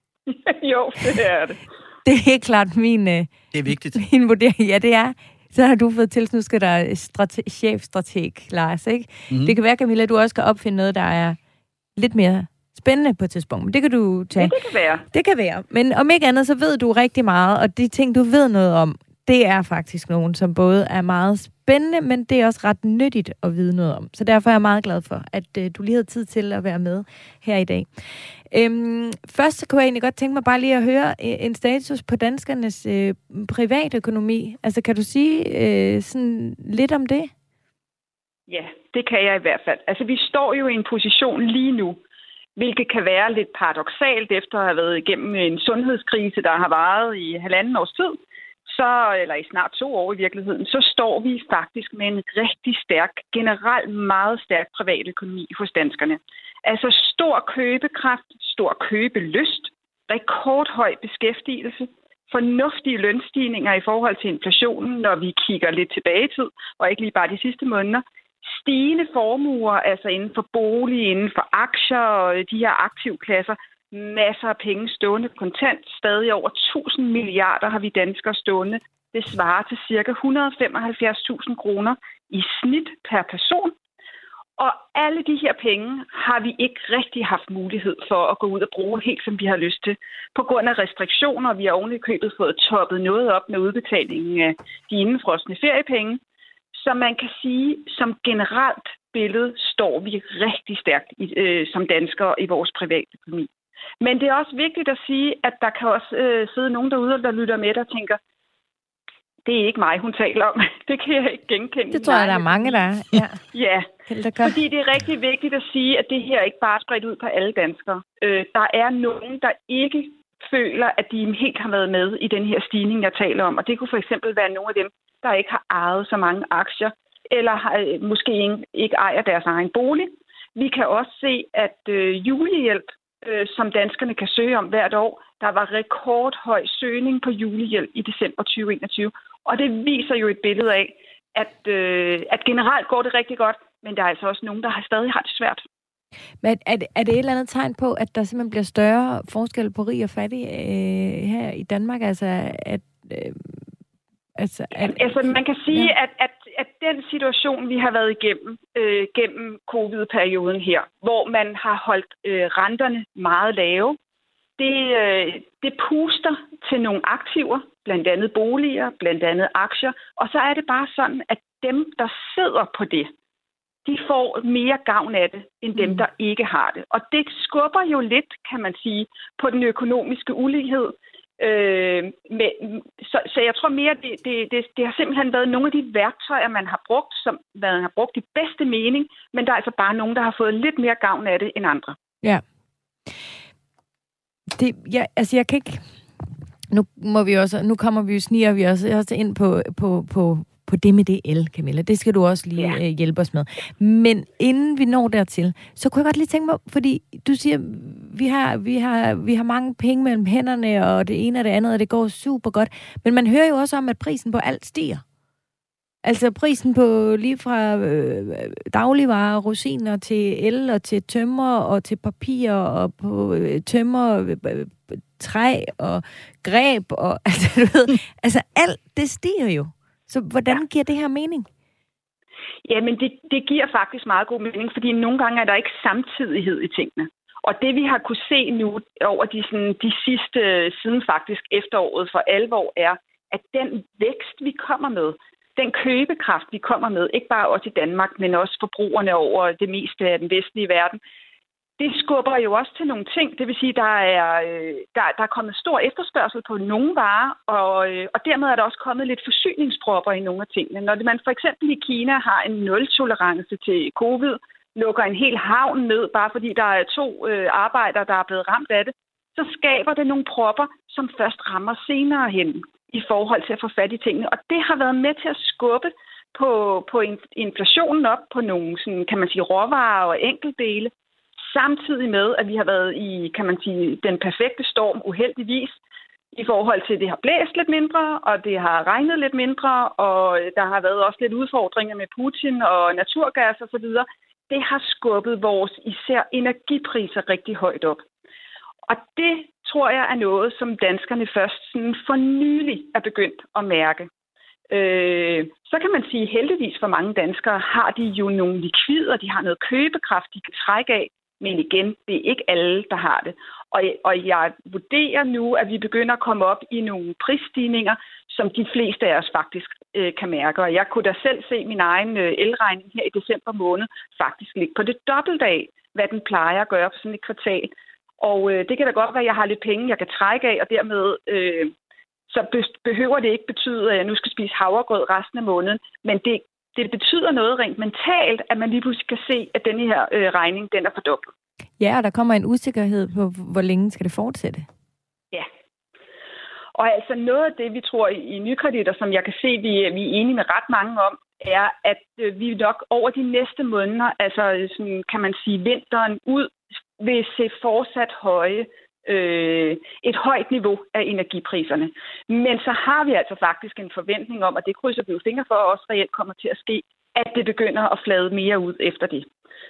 Jo, det er det. Det er helt klart min... Øh, det er vigtigt. Min vurdering. Ja, det er. Så har du fået tilsnusket dig strate- chefstrateg, Lars, ikke? Mm-hmm. Det kan være, Camilla, du også skal opfinde noget, der er lidt mere spændende på et tidspunkt. Men det kan du tage. Ja, det kan være. Det kan være. Men om ikke andet, så ved du rigtig meget, og de ting, du ved noget om, det er faktisk nogen, som både er meget spændende, men det er også ret nyttigt at vide noget om. Så derfor er jeg meget glad for, at øh, du lige havde tid til at være med her i dag. Øhm, først så kunne jeg egentlig godt tænke mig bare lige at høre en status på danskernes øh, privatøkonomi. Altså, kan du sige øh, sådan lidt om det? Ja, det kan jeg i hvert fald. Altså, vi står jo i en position lige nu, hvilket kan være lidt paradoksalt efter at have været igennem en sundhedskrise, der har varet i halvanden års tid. Så, eller i snart to år i virkeligheden, så står vi faktisk med en rigtig stærk, generelt meget stærk privatøkonomi hos danskerne. Altså stor købekraft, stor købelyst, rekordhøj beskæftigelse, fornuftige lønstigninger i forhold til inflationen, når vi kigger lidt tilbage i tid, og ikke lige bare de sidste måneder. Stigende formuer, altså inden for bolig, inden for aktier og de her aktivklasser. Masser af penge stående kontant. Stadig over tusind milliarder har vi danskere stående. Det svarer til ca. et hundrede og femoghalvfjerds tusind kroner i snit per person. Og alle de her penge har vi ikke rigtig haft mulighed for at gå ud og bruge helt, som vi har lyst til. På grund af restriktioner, vi har oven i købet fået toppet noget op med udbetalingen af de indefrosne feriepenge. Så man kan sige, som generelt billede står vi rigtig stærkt i, øh, som danskere i vores privatøkonomi. Men det er også vigtigt at sige, at der kan også øh, sidde nogen derude, der lytter med og tænker, det er ikke mig, hun taler om. Det kan jeg ikke genkende. Det tror jeg, der er mange, der er. Ja, ja. Fordi det er rigtig vigtigt at sige, at det her ikke bare er spredt ud på alle danskere. Øh, der er nogen, der ikke føler, at de helt har været med i den her stigning, jeg taler om. Og det kunne for eksempel være nogle af dem, der ikke har ejet så mange aktier, eller har, øh, måske ikke, ikke ejer deres egen bolig. Vi kan også se, at øh, julehjælp, øh, som danskerne kan søge om hvert år, der var rekordhøj søgning på julehjælp i december tyve enogtyve. Og det viser jo et billede af, at, øh, at generelt går det rigtig godt, men der er altså også nogen, der har stadig har det svært. Men er det, er det et eller andet tegn på, at der simpelthen bliver større forskel på rig og fattig øh, her i Danmark? Altså, at... Øh, altså, at altså, man kan sige, ja. at, at, at den situation, vi har været igennem øh, gennem covid-perioden her, hvor man har holdt øh, renterne meget lave, det, øh, det puster til nogle aktiver, blandt andet boliger, blandt andet aktier, og så er det bare sådan, at dem, der sidder på det, de får mere gavn af det, end dem, der ikke har det. Og det skubber jo lidt, kan man sige, på den økonomiske ulighed. Øh, med, så, så jeg tror mere, det, det, det, det har simpelthen været nogle af de værktøjer, man har brugt, som man har brugt i bedste mening, men der er altså bare nogen, der har fået lidt mere gavn af det end andre. Ja. Det, ja, altså jeg kan ikke... Nu må vi også, nu kommer vi jo sniger vi også, også ind på, på, på, på det med det el, Camilla. Det skal du også lige ja. øh, hjælpe os med. Men inden vi når dertil, så kunne jeg godt lige tænke mig, fordi du siger, vi har, vi har, vi har mange penge mellem hænderne, og det ene og det andet, og det går super godt. Men man hører jo også om, at prisen på alt stiger. Altså prisen på lige fra øh, dagligvarer, rosiner til el og til tømmer og til papir og på øh, tømmer, øh, træ og greb og altså, du ved, altså alt det stiger jo. Så hvordan ja. giver det her mening? Jamen, det, det giver faktisk meget god mening, fordi nogle gange er der ikke samtidighed i tingene. Og det, vi har kunne se nu over de, sådan, de sidste, siden faktisk efteråret for alvor, er, at den vækst, vi kommer med, den købekraft, vi kommer med, ikke bare også i Danmark, men også forbrugerne over det meste af den vestlige verden, det skubber jo også til nogle ting. Det vil sige, der er der, der er kommet stor efterspørgsel på nogle varer, og, og dermed er der også kommet lidt forsyningspropper i nogle af tingene. Når man for eksempel i Kina har en nul-tolerance til covid, lukker en hel havn ned, bare fordi der er to øh, arbejdere, der er blevet ramt af det, så skaber det nogle propper, som først rammer senere hen i forhold til at få fat i tingene. Og det har været med til at skubbe på, på inflationen op på nogle, sådan, kan man sige, råvarer og enkeltdele, samtidig med, at vi har været i, kan man sige, den perfekte storm uheldigvis, i forhold til, at det har blæst lidt mindre, og det har regnet lidt mindre, og der har været også lidt udfordringer med Putin og naturgas og så videre. Det har skubbet vores især energipriser rigtig højt op. Og det tror jeg er noget, som danskerne først sådan for nylig er begyndt at mærke. Øh, så kan man sige, heldigvis for mange danskere har de jo nogle likvider, de har noget købekraft, de kan trække af. Men igen, det er ikke alle, der har det. Og, og jeg vurderer nu, at vi begynder at komme op i nogle prisstigninger, som de fleste af os faktisk øh, kan mærke. Og jeg kunne da selv se min egen øh, elregning her i december måned faktisk ligge på det dobbelte af, hvad den plejer at gøre på sådan et kvartal. Og øh, det kan da godt være, at jeg har lidt penge, jeg kan trække af, og dermed øh, så behøver det ikke betyde, at jeg nu skal spise havregrød resten af måneden. Men det Det betyder noget rent mentalt, at man lige pludselig kan se, at denne her øh, regning, den er fordoblet. Ja, og der kommer en usikkerhed på, hvor længe skal det fortsætte? Ja. Og altså noget af det, vi tror i, i Nykredit, som jeg kan se, vi, vi er enige med ret mange om, er, at øh, vi nok over de næste måneder, altså sådan, kan man sige vinteren ud, vil se fortsat høje Øh, et højt niveau af energipriserne. Men så har vi altså faktisk en forventning om, og det krydser vi jo fingre for, også reelt kommer til at ske, at det begynder at flade mere ud efter det.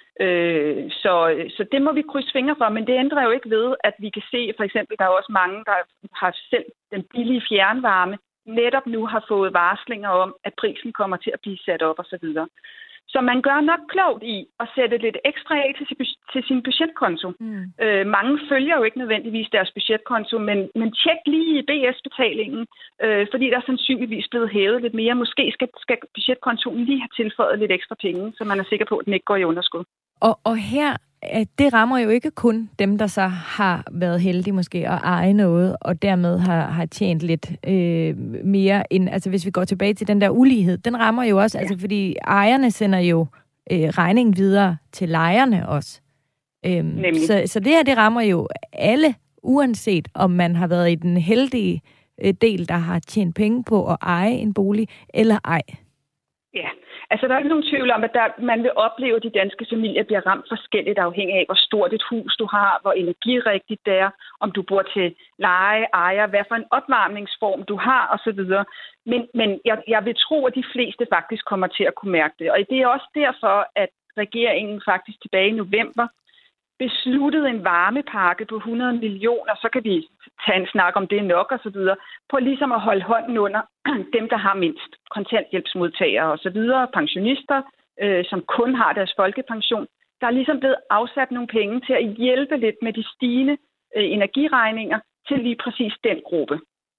Øh, så, så det må vi krydse fingre for, men det ændrer jo ikke ved, at vi kan se, for eksempel, der er også mange, der har selv den billige fjernvarme, netop nu har fået varslinger om, at prisen kommer til at blive sat op osv. Så man gør nok klogt i at sætte lidt ekstra af til, til sin budgetkonto. Mm. Øh, mange følger jo ikke nødvendigvis deres budgetkonto, men, men tjek lige B S-betalingen, øh, fordi der er sandsynligvis blevet hævet lidt mere. Måske skal, skal budgetkontoen lige have tilføjet lidt ekstra penge, så man er sikker på, at den ikke går i underskud. Og, og her, det rammer jo ikke kun dem, der så har været heldige måske at eje noget, og dermed har, har tjent lidt øh, mere end, altså hvis vi går tilbage til den der ulighed, den rammer jo også, ja. Altså fordi ejerne sender jo øh, regningen videre til lejerne også. Øhm, så, så det her, det rammer jo alle, uanset om man har været i den heldige øh, del, der har tjent penge på at eje en bolig, eller ej. Ja, altså der er ikke nogen tvivl om, at der, man vil opleve, at de danske familier bliver ramt forskelligt afhængig af, hvor stort et hus du har, hvor energirigtigt det er, om du bor til leje, ejer, hvad for en opvarmningsform du har osv. Men, men jeg, jeg vil tro, at de fleste faktisk kommer til at kunne mærke det. Og det er også derfor, at regeringen faktisk tilbage i november besluttede en varmepakke på hundrede millioner, så kan vi tage en snak om det er nok og så videre, på ligesom at holde hånden under dem, der har mindst, kontanthjælpsmodtagere og så videre, pensionister, øh, som kun har deres folkepension. Der er ligesom blevet afsat nogle penge til at hjælpe lidt med de stigende øh, energiregninger til lige præcis den gruppe.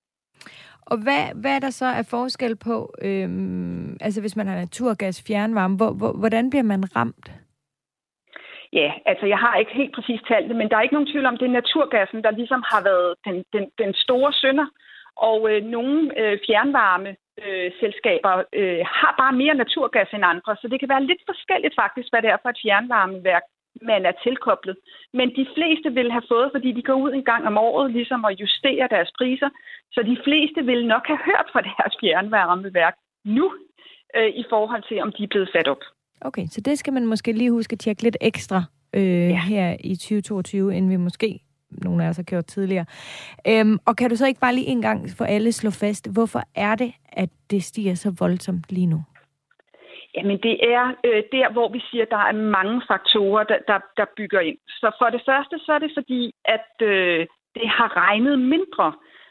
Og hvad, hvad er der så af forskel på, øhm, altså hvis man har naturgas, fjernvarme, hvor, hvor, hvordan bliver man ramt? Ja, altså jeg har ikke helt præcis talt det, men der er ikke nogen tvivl om, det er naturgassen, der ligesom har været den, den, den store synder. Og øh, nogle øh, fjernvarmeselskaber øh, øh, har bare mere naturgas end andre, så det kan være lidt forskelligt faktisk, hvad det er for et fjernvarmeværk, man er tilkoblet. Men de fleste vil have fået, fordi de går ud en gang om året ligesom at justere deres priser, så de fleste vil nok have hørt fra deres fjernvarmeværk nu øh, i forhold til, om de er blevet sat op. Okay, så det skal man måske lige huske at tjekke lidt ekstra øh, ja. her i tyve toogtyve, end vi måske nogle af os har gjort tidligere. Øhm, og kan du så ikke bare lige en gang for alle slå fast, hvorfor er det, at det stiger så voldsomt lige nu? Jamen det er øh, der, hvor vi siger, at der er mange faktorer, der, der, der bygger ind. Så for det første, så er det fordi, at øh, det har regnet mindre.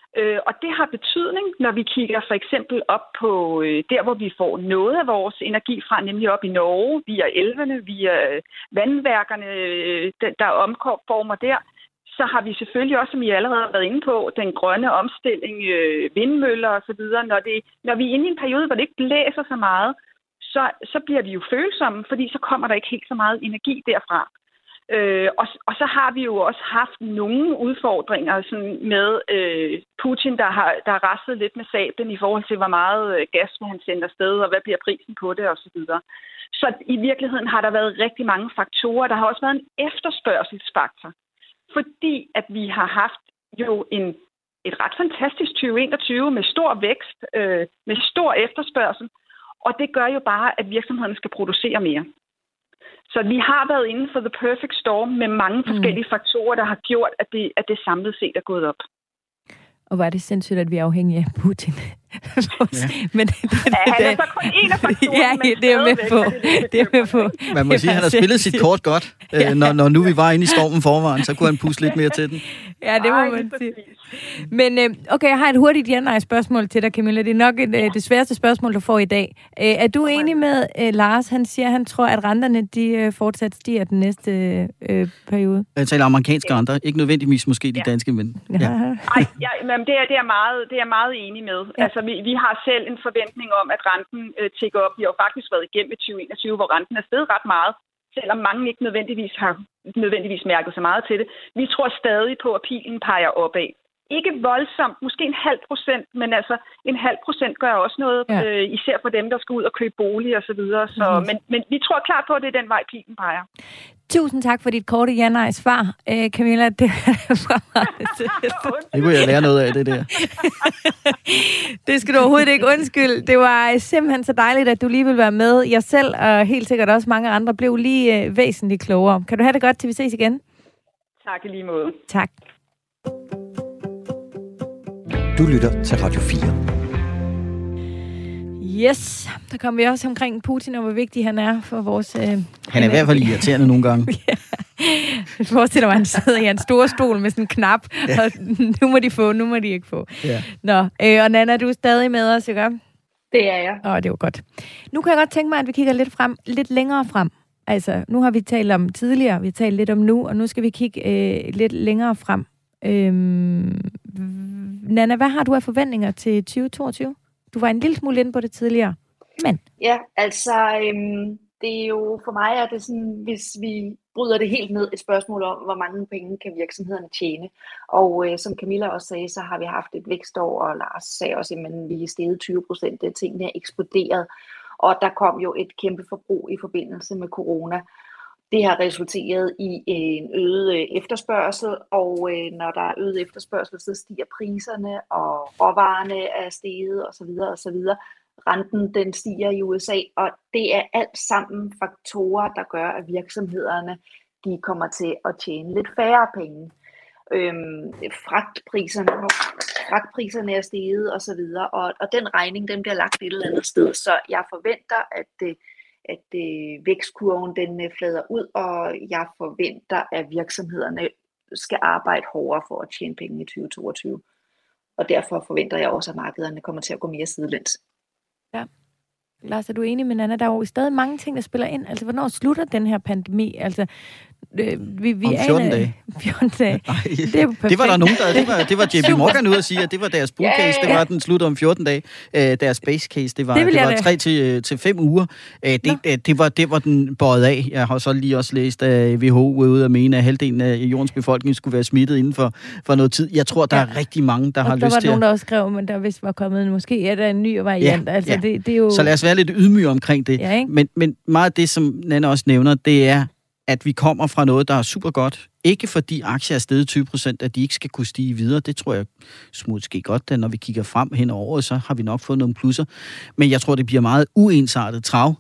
Øh, og det har betydning, når vi kigger for eksempel op på øh, der, hvor vi får noget af vores energi fra, nemlig op i Norge, via elvene, via vandværkerne, øh, der omformer der. Så har vi selvfølgelig også, som I allerede har været inde på, den grønne omstilling, øh, vindmøller osv. Når, det, når vi er inde i en periode, hvor det ikke blæser så meget, så, så bliver vi jo følsomme, fordi så kommer der ikke helt så meget energi derfra. Øh, og, og så har vi jo også haft nogle udfordringer sådan med øh, Putin, der har, der har raslet lidt med sablen i forhold til, hvor meget øh, gas vil han sende afsted, og hvad bliver prisen på det osv. Så, så i virkeligheden har der været rigtig mange faktorer. Der har også været en efterspørgselsfaktor. Fordi at vi har haft jo en, et ret fantastisk tyve enogtyve med stor vækst, øh, med stor efterspørgsel, og det gør jo bare, at virksomhederne skal producere mere. Så vi har været inden for the perfect storm med mange forskellige mm. faktorer, der har gjort, at det, at det samlet set er gået op. Og var det sindssygt, at vi er afhængige af Putin. Ja. Men det, det, det, ja, han er så kun en af faktorerne, ja, men det er med på. Det er med på. Man må sige, at han har spillet sit kort godt. Ja. Når, når nu vi var inde i stormen forvejen, så kunne han puste lidt mere til den. Ja, det må man sige. Men okay, jeg har et hurtigt ja-nej-spørgsmål til dig, Camilla. Det er nok et, ja. det sværeste spørgsmål, du får i dag. Er du enig med uh, Lars? Han siger, at han tror, at renterne de, uh, fortsat stiger den næste uh, periode. Jeg taler amerikanske renter. Ikke nødvendigvis måske de danske, men... Ja. Ja. Nej, ja, men det er, det, er meget, det er meget enig med. Ja. Altså, vi, vi har selv en forventning om, at renten uh, tikker op. Vi har jo faktisk været igennem i tyve enogtyve, hvor renten er steget ret meget, selvom mange ikke nødvendigvis har nødvendigvis mærket så meget til det. Vi tror stadig på, at pilen peger opad. Ikke voldsomt, måske en halv procent, men altså en halv procent gør også noget, ja. øh, især for dem, der skal ud og købe bolig og så videre. Så, mm. men, men vi tror klart på, at det er den vej, pilen peger. Tusind tak for dit korte ja-nej-svar, øh, Camilla. Det Det kunne jeg lære noget af, det der. Det skal du overhovedet ikke undskylde. Det var simpelthen så dejligt, at du lige vil være med. Jeg selv og helt sikkert også mange andre blev lige øh, væsentligt klogere. Kan du have det godt, til vi ses igen? Tak i lige måde. Tak. Du lytter til Radio fire. Yes, der kom vi også omkring Putin, og hvor vigtig han er for vores... Øh, han er i hvert fald irriterende nogle gange. Ja. Jeg forestiller mig, at han sidder i en stor stol med sådan en knap, ja. Og nu må de få, nu må de ikke få. Ja. Nå, øh, og Nanna, du er stadig med os, ikke? Det er jeg. Åh, det var godt. Nu kan jeg godt tænke mig, at vi kigger lidt frem, lidt længere frem. Altså, nu har vi talt om tidligere, vi har talt lidt om nu, og nu skal vi kigge øh, lidt længere frem. Øhm, Nanna, hvad har du af forventninger til tyve toogtyve? Du var en lille smule inde på det tidligere, men... Ja, altså, øhm, det er jo for mig, er det sådan, hvis vi bryder det helt ned, et spørgsmål om, hvor mange penge kan virksomhederne tjene. Og øh, som Camilla også sagde, så har vi haft et vækstår, og Lars sagde også, at vi er steget tyve procent, det tingene er eksploderet. Og der kom jo et kæmpe forbrug i forbindelse med corona. Det har resulteret i en øget efterspørgsel, og når der er øget efterspørgsel, så stiger priserne, og råvarerne er steget osv. osv. Renten den stiger i U S A, og det er alt sammen faktorer, der gør, at virksomhederne de kommer til at tjene lidt færre penge. Øhm, fragtpriserne, fragtpriserne er steget osv., og, og den regning den bliver lagt et eller andet sted, så jeg forventer, at det at øh, vækstkurven den øh, flader ud, og jeg forventer, at virksomhederne skal arbejde hårdere for at tjene penge i tyve toogtyve. Og derfor forventer jeg også, at markederne kommer til at gå mere sidelæns. Ja. Lars, er du enig med Nanna? Der er jo stadig mange ting, der spiller ind. Altså, hvornår slutter den her pandemi? Altså, øh, vi, vi om fjorten aner, dage. fjorten dage. Nej, det, det var der nogen, der... Det var, det var J P Morgan ude at sige, at det var deres bull case. Det var den slutter om fjorten dage. Uh, deres base case, det var, det det var tre til, til fem uger. Uh, det, det, det, var, det var den bøjet af. Jeg har så lige også læst, at W H O ude at mene, at halvdelen af jordens befolkning skulle være smittet inden for, for noget tid. Jeg tror, der ja. er rigtig mange, der og har lyst til... der var nogen, der også skrev, men der vist var kommet en, måske er der en ny variant. Ja, altså, ja. Det, det er jo... Så lad os være lidt ydmyge omkring det. Ja, men, men meget af det, som Nanna også nævner, det er, at vi kommer fra noget, der er super godt. Ikke fordi aktier er steget tyve procent, at de ikke skal kunne stige videre. Det tror jeg måske godt, da når vi kigger frem hen over året, så har vi nok fået nogle plusser. Men jeg tror, det bliver meget uensartet trav,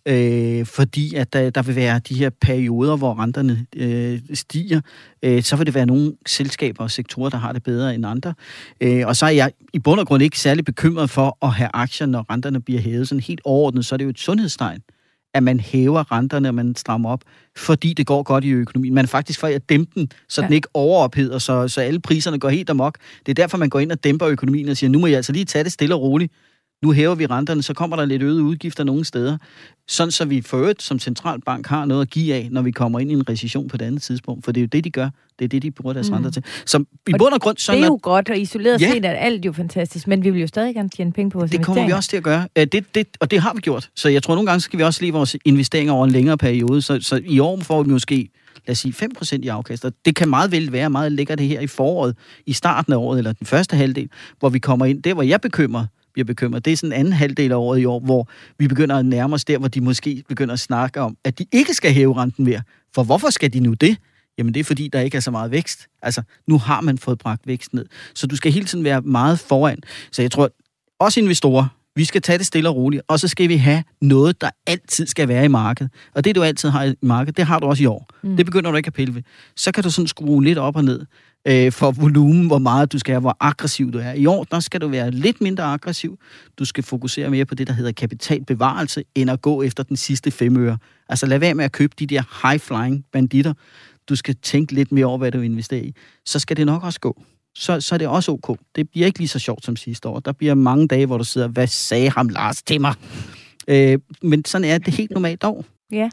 øh, fordi at der, der vil være de her perioder, hvor renterne øh, stiger. Øh, så vil det være nogle selskaber og sektorer, der har det bedre end andre. Øh, og så er jeg i bund og grund ikke særlig bekymret for at have aktier, når renterne bliver hævet. Sådan helt overordnet, så er det jo et sundhedstegn, at man hæver renterne, og man strammer op, fordi det går godt i økonomien. Man er faktisk for at dæmpe den, så ja. den ikke overopheder, så, så alle priserne går helt amok. Det er derfor, man går ind og dæmper økonomien og siger, nu må jeg altså lige tage det stille og roligt. Nu hæver vi renterne, så kommer der lidt øgede udgifter nogle steder. Sådan så vi for øvrigt som centralbank har noget at give af, når vi kommer ind i en recession på et andet tidspunkt. For det er jo det, de gør. Det er det, de bruger deres mm. renter til. Så i bund og grund... Sådan det er jo at, godt, og isoleret ja, set er alt jo fantastisk, men vi vil jo stadig gerne tjene penge på vores det investeringer. Det kommer vi også til at gøre. Det, det, og det har vi gjort. Så jeg tror, nogle gange skal vi også leve vores investeringer over en længere periode. Så, så i år får vi måske, lad os sige, fem procent i afkast. Og det kan meget vel være meget lækkert det her i foråret, i starten af året, eller den første halvdel, hvor vi kommer ind. Der, hvor jeg bekymrer, bliver bekymret. Det er sådan en anden halvdel af året i år, hvor vi begynder at nærme os der, hvor de måske begynder at snakke om, at de ikke skal hæve renten mere. For hvorfor skal de nu det? Jamen det er fordi, der ikke er så meget vækst. Altså, nu har man fået bragt vækst ned. Så du skal hele tiden være meget foran. Så jeg tror, også investorer, vi skal tage det stille og roligt, og så skal vi have noget, der altid skal være i markedet. Og det, du altid har i markedet, det har du også i år. Mm. Det begynder du ikke at pille ved. Så kan du sådan skrue lidt op og ned øh, for volumen, hvor meget du skal have, hvor aggressiv du er. I år, der skal du være lidt mindre aggressiv. Du skal fokusere mere på det, der hedder kapitalbevarelse, end at gå efter den sidste fem øre. Altså lad være med at købe de der high-flying banditter. Du skal tænke lidt mere over, hvad du investerer i. Så skal det nok også gå. Så, så er det også ok. Det bliver ikke lige så sjovt som sidste år. Der bliver mange dage, hvor du sidder, hvad sagde ham Lars til mig? Øh, men sådan er det helt normalt år. Ja.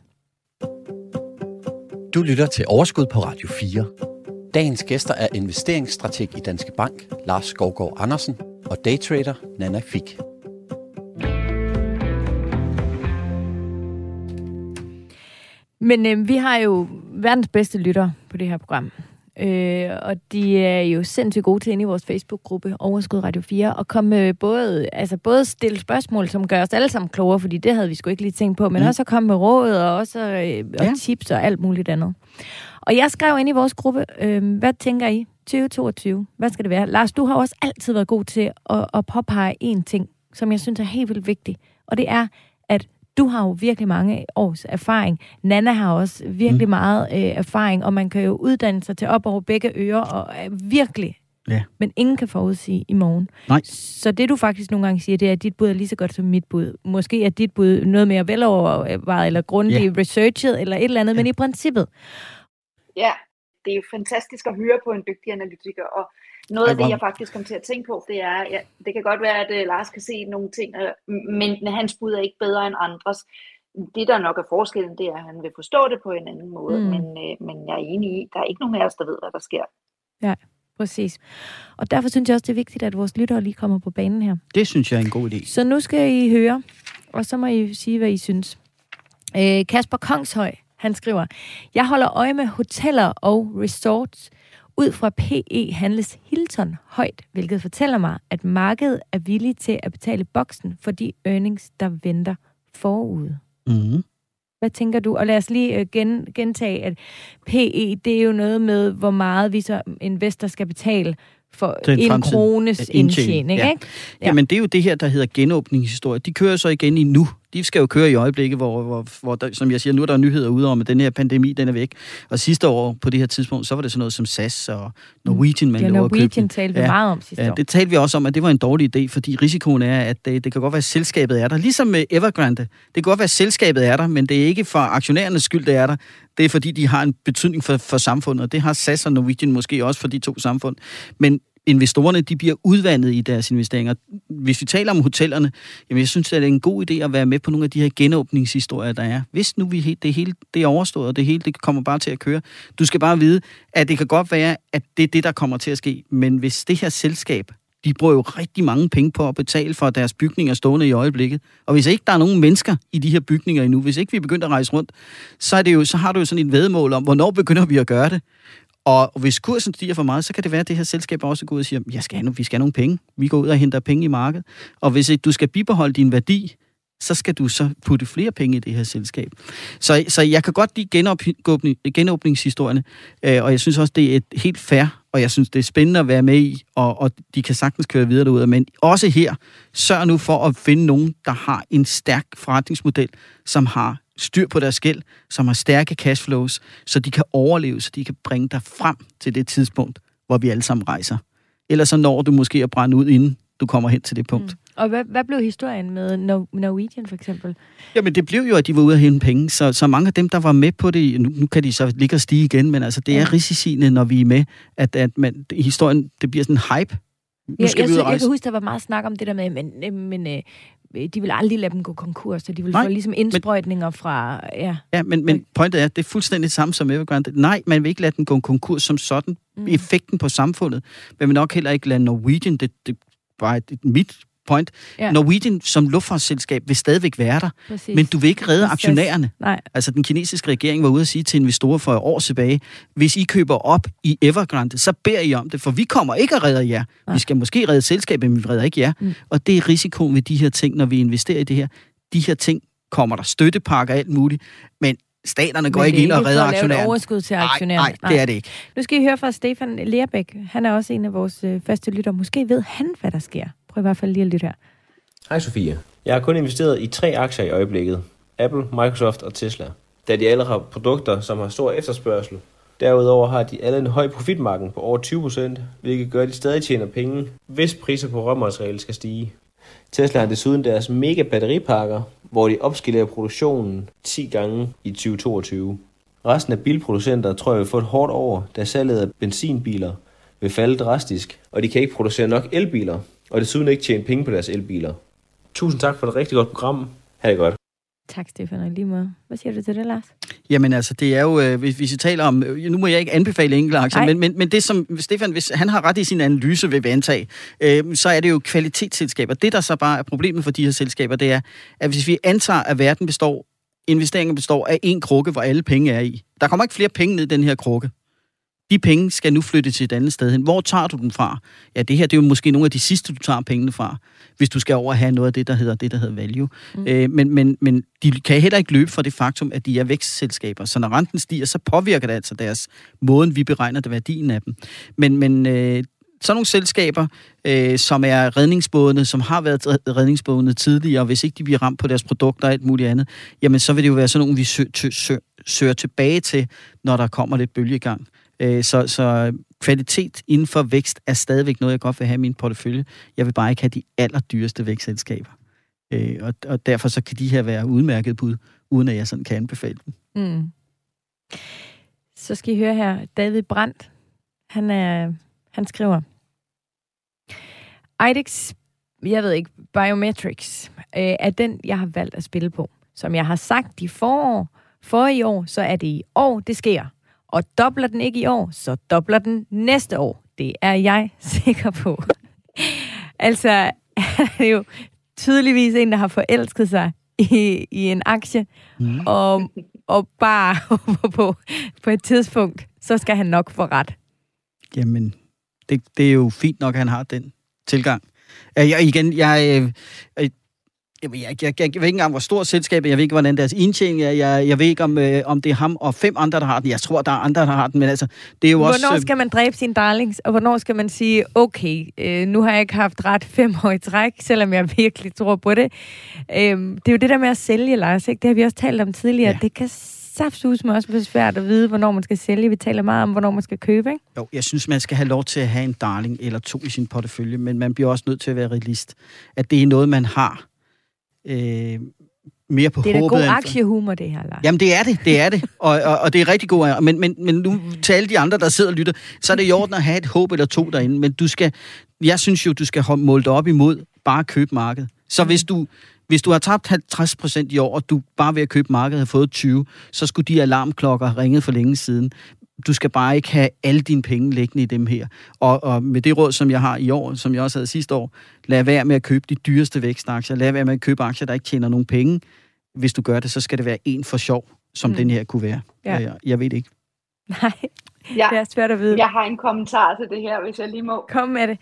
Du lytter til Overskud på Radio fire. Dagens gæster er investeringsstrateg i Danske Bank, Lars Skovgaard Andersen, og daytrader Nanna Fik. Men øh, vi har jo verdens bedste lyttere på det her program. Øh, og de er jo sindssygt gode til inde i vores Facebook-gruppe Overskud Radio fire og komme øh, både, altså både stille spørgsmål, som gør os alle sammen klogere, fordi det havde vi sgu ikke lige tænkt på, men mm. også at komme med råd og også øh, og ja. tips og alt muligt andet. Og jeg skrev ind i vores gruppe, øh, hvad tænker I? tyve toogtyve, hvad skal det være? Lars, du har også altid været god til at, at påpege en ting, som jeg synes er helt vildt vigtig, og det er, at du har jo virkelig mange års erfaring. Nanna har også virkelig mm. meget øh, erfaring, og man kan jo uddanne sig til op over begge ører, og er virkelig, ja. men ingen kan forudsige i morgen. Nej. Så det du faktisk nogle gange siger, det er, at dit bud er lige så godt som mit bud. Måske er dit bud noget mere velovervejet, eller grundigt yeah. researchet, eller et eller andet, yeah. men i princippet. Ja, det er jo fantastisk at høre på en dygtig analytiker, og noget af det, jeg faktisk kom til at tænke på, det er, ja, det kan godt være, at uh, Lars kan se nogle ting, uh, men hans bud er ikke bedre end andres. Det, der nok er forskellen, det er, at han vil forstå det på en anden måde, mm. men, uh, men jeg er enig i, der er ikke nogen af os, der ved, hvad der sker. Ja, præcis. Og derfor synes jeg også, det er vigtigt, at vores lyttere lige kommer på banen her. Det synes jeg er en god idé. Så nu skal I høre, og så må I sige, hvad I synes. Uh, Kasper Kongshøj, han skriver, jeg holder øje med hoteller og resorts. Ud fra P E handles Hilton højt, hvilket fortæller mig, at markedet er villig til at betale boksen for de earnings, der venter forude. Mm. Hvad tænker du? Og lad os lige gen, gentage, at P E, det er jo noget med, hvor meget vi så investor skal betale for en krones indtjening, ja. ikke? Ja. Jamen, det er jo det her, der hedder genåbningshistorie. De kører så igen i nu. De skal jo køre i øjeblikket, hvor, hvor, hvor der, som jeg siger, nu er der nyheder ude om, at den her pandemi, den er væk. Og sidste år, på det her tidspunkt, så var det sådan noget som S A S og Norwegian, man ja, lå at købe. Norwegian talte vi ja, meget om sidste ja, år. Det talte vi også om, at det var en dårlig idé, fordi risikoen er, at det, det kan godt være, at selskabet er der. Ligesom med Evergrande. Det kan godt være, at selskabet er der, men det er ikke for aktionærernes skyld, det er der. Det er fordi, de har en betydning for, for samfundet, og det har S A S og Norwegian måske også for de to samfund. Men investorerne, de bliver udvandet i deres investeringer. Hvis vi taler om hotellerne, jamen jeg synes, at det er en god idé at være med på nogle af de her genåbningshistorier, der er. Hvis nu vi helt, det hele det er overstået, og det hele det kommer bare til at køre. Du skal bare vide, at det kan godt være, at det er det, der kommer til at ske. Men hvis det her selskab, de bruger jo rigtig mange penge på at betale for deres bygninger stående i øjeblikket. Og hvis ikke der er nogen mennesker i de her bygninger endnu, hvis ikke vi begynder at rejse rundt, så, er det jo, så har du jo sådan et væddemål om, hvornår begynder vi at gøre det. Og hvis kursen stiger for meget, så kan det være, at det her selskab også går ud og siger, jeg skal have, vi skal have nogle penge. Vi går ud og henter penge i markedet. Og hvis du skal bibeholde din værdi, så skal du så putte flere penge i det her selskab. Så, så jeg kan godt lide genåbning, genåbningshistorierne, og jeg synes også, det er et helt fair, og jeg synes, det er spændende at være med i, og, og de kan sagtens køre videre derude. Men også her, sørg nu for at finde nogen, der har en stærk forretningsmodel, som har styr på deres gæld, som har stærke cashflows, så de kan overleve, så de kan bringe dig frem til det tidspunkt, hvor vi alle sammen rejser. Ellers så når du måske at brænde ud, inden du kommer hen til det punkt. Mm. Og hvad, hvad blev historien med Norwegian for eksempel? Jamen det blev jo, at de var ude at hente penge, så, så mange af dem, der var med på det, nu, nu kan de så ligge og stige igen, men altså det er ja. risiciene, når vi er med, at, at man, historien, det bliver sådan en hype. Nu ja, skal jeg, vi ud og jeg rejse. kan huske, der var meget snak om det der med, men, men øh, de vil aldrig lade dem gå konkurs, så de vil Nej, få ligesom indsprøjtninger men, fra... Ja, ja men, men pointet er, det er fuldstændig det samme som Evergrande. Nej, man vil ikke lade den gå konkurs som sådan. Mm. Effekten på samfundet. Men vil nok heller ikke lade Norwegian, det, det bare et, et mit point. Ja. Norwegian som luftfartsselskab vil stadigvæk være der, præcis. Men du vil ikke redde aktionærerne. Nej. Altså den kinesiske regering var ude at sige til investorer for et år tilbage, hvis I køber op i Evergrande, så beder I om det, for vi kommer ikke at redde jer. Nej. Vi skal måske redde selskabet, men vi redder ikke jer. Mm. Og det er risikoen ved de her ting, når vi investerer i det her. De her ting kommer der støttepakker og alt muligt, men staterne går ikke ind og redder aktionærerne. Men det er ikke overskud til aktionærerne. Nej, nej, det er det ikke. Nu skal I høre fra Stefan Lerbæk. Han er også en af vores øh, faste lyttere. Måske ved han, hvad der sker. Prøv i hvert fald lige at lytte her. Hej Sofie. Jeg har kun investeret i tre aktier i øjeblikket. Apple, Microsoft og Tesla. Da de alle har produkter, som har stor efterspørgsel. Derudover har de alle en høj profitmargin på over tyve procent, hvilket gør, at de stadig tjener penge, hvis priser på råmateriale skal stige. Tesla har desuden deres mega batteripakker, hvor de opskalerer produktionen ti gange i tyve toogtyve. Resten af bilproducenter tror jeg vil få et hårdt år, da salget af benzinbiler vil falde drastisk, og de kan ikke producere nok elbiler, og desuden ikke tjene penge på deres elbiler. Tusind tak for et rigtig godt program. Ha' det godt. Tak, Stefan, og lige måde. Hvad siger du til det, Lars? Jamen altså, det er jo, øh, hvis vi taler om, øh, nu må jeg ikke anbefale enkelte aktier, men, men, men det som Stefan, hvis han har ret i sin analyse, vil vi antage, øh, så er det jo kvalitetsselskaber. Det, der så bare er problemet for de her selskaber, det er, at hvis vi antager, at verden består, investeringen består af en krukke, hvor alle penge er i. Der kommer ikke flere penge ned i den her krukke. De penge skal nu flytte til et andet sted hen. Hvor tager du den fra? Ja, det her det er jo måske nogle af de sidste, du tager pengene fra, hvis du skal over at have noget af det, der hedder det, der hedder value. Mm. Øh, men, men, men de kan heller ikke løbe fra det faktum, at de er vækstselskaber. Så når renten stiger, så påvirker det altså deres måden, vi beregner det værdien af dem. Men, men øh, sådan nogle selskaber, øh, som er redningsbådene, som har været redningsbådene tidligere, og hvis ikke de bliver ramt på deres produkter og alt muligt andet, jamen så vil det jo være sådan nogle, vi sø- sø- sø- søger tilbage til, når der kommer lidt bølgegang. Så, så kvalitet inden for vækst er stadigvæk noget, jeg godt vil have i min portefølje. Jeg vil bare ikke have de allerdyreste vækstselskaber. Og, og derfor så kan de her være udmærket bud, uden at jeg sådan kan anbefale dem. Mm. Så skal I høre her, David Brandt, han, er, han skriver, I D E X, jeg ved ikke, Biometrics, øh, er den, jeg har valgt at spille på. Som jeg har sagt i forår, for i år, så er det i år, det sker. Og dobler den ikke i år, så dobler den næste år. Det er jeg sikker på. Altså, han er jo tydeligvis en, der har forelsket sig i, i en aktie, mm. og, og bare håber på, på et tidspunkt, så skal han nok få ret. Jamen, det, det er jo fint nok, at han har den tilgang. Jeg, igen, jeg... jeg Jeg, jeg, jeg, jeg ved ikke engang, hvor stort selskabet, jeg ved ikke, hvordan deres indtjening er, jeg, jeg ved ikke, om, øh, om det er ham og fem andre, der har den. Jeg tror, der er andre, der har den, men altså, det er jo hvornår også... Hvornår skal man dræbe sine darlings, og hvornår skal man sige, okay, øh, nu har jeg ikke haft ret fem år i træk, selvom jeg virkelig tror på det. Øh, det er jo det der med at sælge, Lars, ikke? Det har vi også talt om tidligere. Ja. Det kan saftsusme også være svært at vide, hvornår man skal sælge. Vi taler meget om, hvornår man skal købe, ikke? Jo, jeg synes, man skal have lov til at have en darling eller to i sin portefølje, men man bliver også nødt til at være realist. At det er noget, man har Øh, mere på det er da håbet. god aktiehumor, det her, Lars. Jamen, det er det, det er det. Og, og, og det er rigtig god. Men, men, men nu til alle de andre, der sidder og lytter, så er det i orden at have et håb eller to derinde. Men du skal, jeg synes jo, du skal måle dig op imod bare at købe markedet. Så mm. hvis du hvis du har tabt halvtreds procent i år, og du bare ved at købe markedet har fået tyve, så skulle de alarmklokker ringe for længe siden. Du skal bare ikke have alle dine penge liggende i dem her. Og, og med det råd, som jeg har i år, som jeg også havde sidste år, lad være med at købe de dyreste vækstaktier. Lad være med at købe aktier, der ikke tjener nogen penge. Hvis du gør det, så skal det være en for sjov, som mm. den her kunne være. Ja. Jeg, jeg ved det ikke. Nej, ja. Det er svært at vide. Jeg har en kommentar til det her, hvis jeg lige må. Kom med det.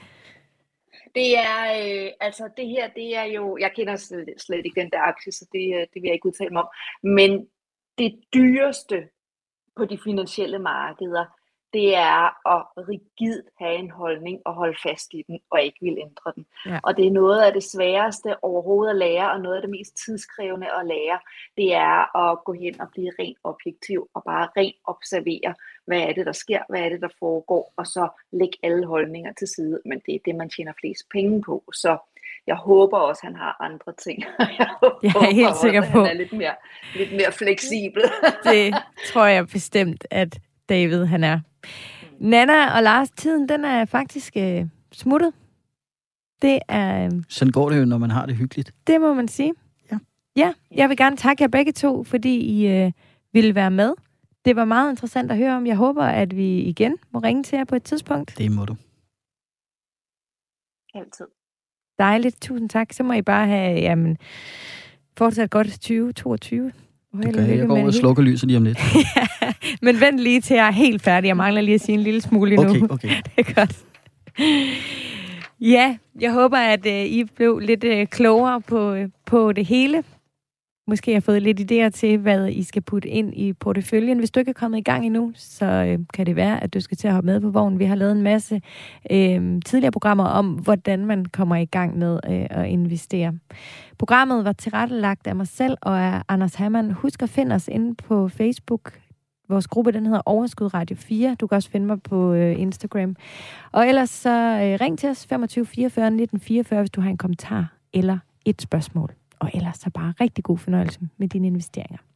Det er, øh, altså det her, det er jo, jeg kender slet, slet ikke den der aktie, så det, det vil jeg ikke udtale mig om. Men det dyreste på de finansielle markeder, det er at rigidt have en holdning og holde fast i den, og ikke vil ændre den. Ja. Og det er noget af det sværeste overhovedet at lære, og noget af det mest tidskrævende at lære, det er at gå hen og blive rent objektiv, og bare rent observere, hvad er det, der sker, hvad er det, der foregår, og så lægge alle holdninger til side. Men det er det, man tjener flest penge på. Så jeg håber også, han har andre ting. jeg, håber, jeg er helt også, sikker på, at han er lidt mere, lidt mere fleksibel. Det tror jeg bestemt, at David han er. Nana og Lars, tiden den er faktisk øh, smuttet. Det er... Øh, Sådan går det jo, når man har det hyggeligt. Det må man sige. Ja. Ja, jeg vil gerne takke jer begge to, fordi I øh, ville være med. Det var meget interessant at høre om. Jeg håber, at vi igen må ringe til jer på et tidspunkt. Det må du. Altid. Dejligt. Tusind tak. Så må I bare have jamen, fortsat godt tyve toogtyve. Det kan jeg. Jeg går over og slukker lyset lige om lidt. Ja, men vent lige til jeg er helt færdig. Jeg mangler lige at sige en lille smule endnu. Okay, okay. Det er godt. Ja, jeg håber, at uh, I blev lidt uh, klogere på, uh, på det hele. Måske har fået lidt idéer til, hvad I skal putte ind i porteføljen. Hvis du ikke er kommet i gang endnu, så øh, kan det være, at du skal til at hoppe med på vognen. Vi har lavet en masse øh, tidligere programmer om, hvordan man kommer i gang med øh, at investere. Programmet var tilrettelagt af mig selv og af Anders Hammann. Husk at finde os inde på Facebook. Vores gruppe, den hedder Overskud Radio fire. Du kan også finde mig på øh, Instagram. Og ellers så øh, ring til os femogtyve fireogfyrre nitten fireogfyrre, hvis du har en kommentar eller et spørgsmål. Og ellers så bare rigtig god fornøjelse med dine investeringer.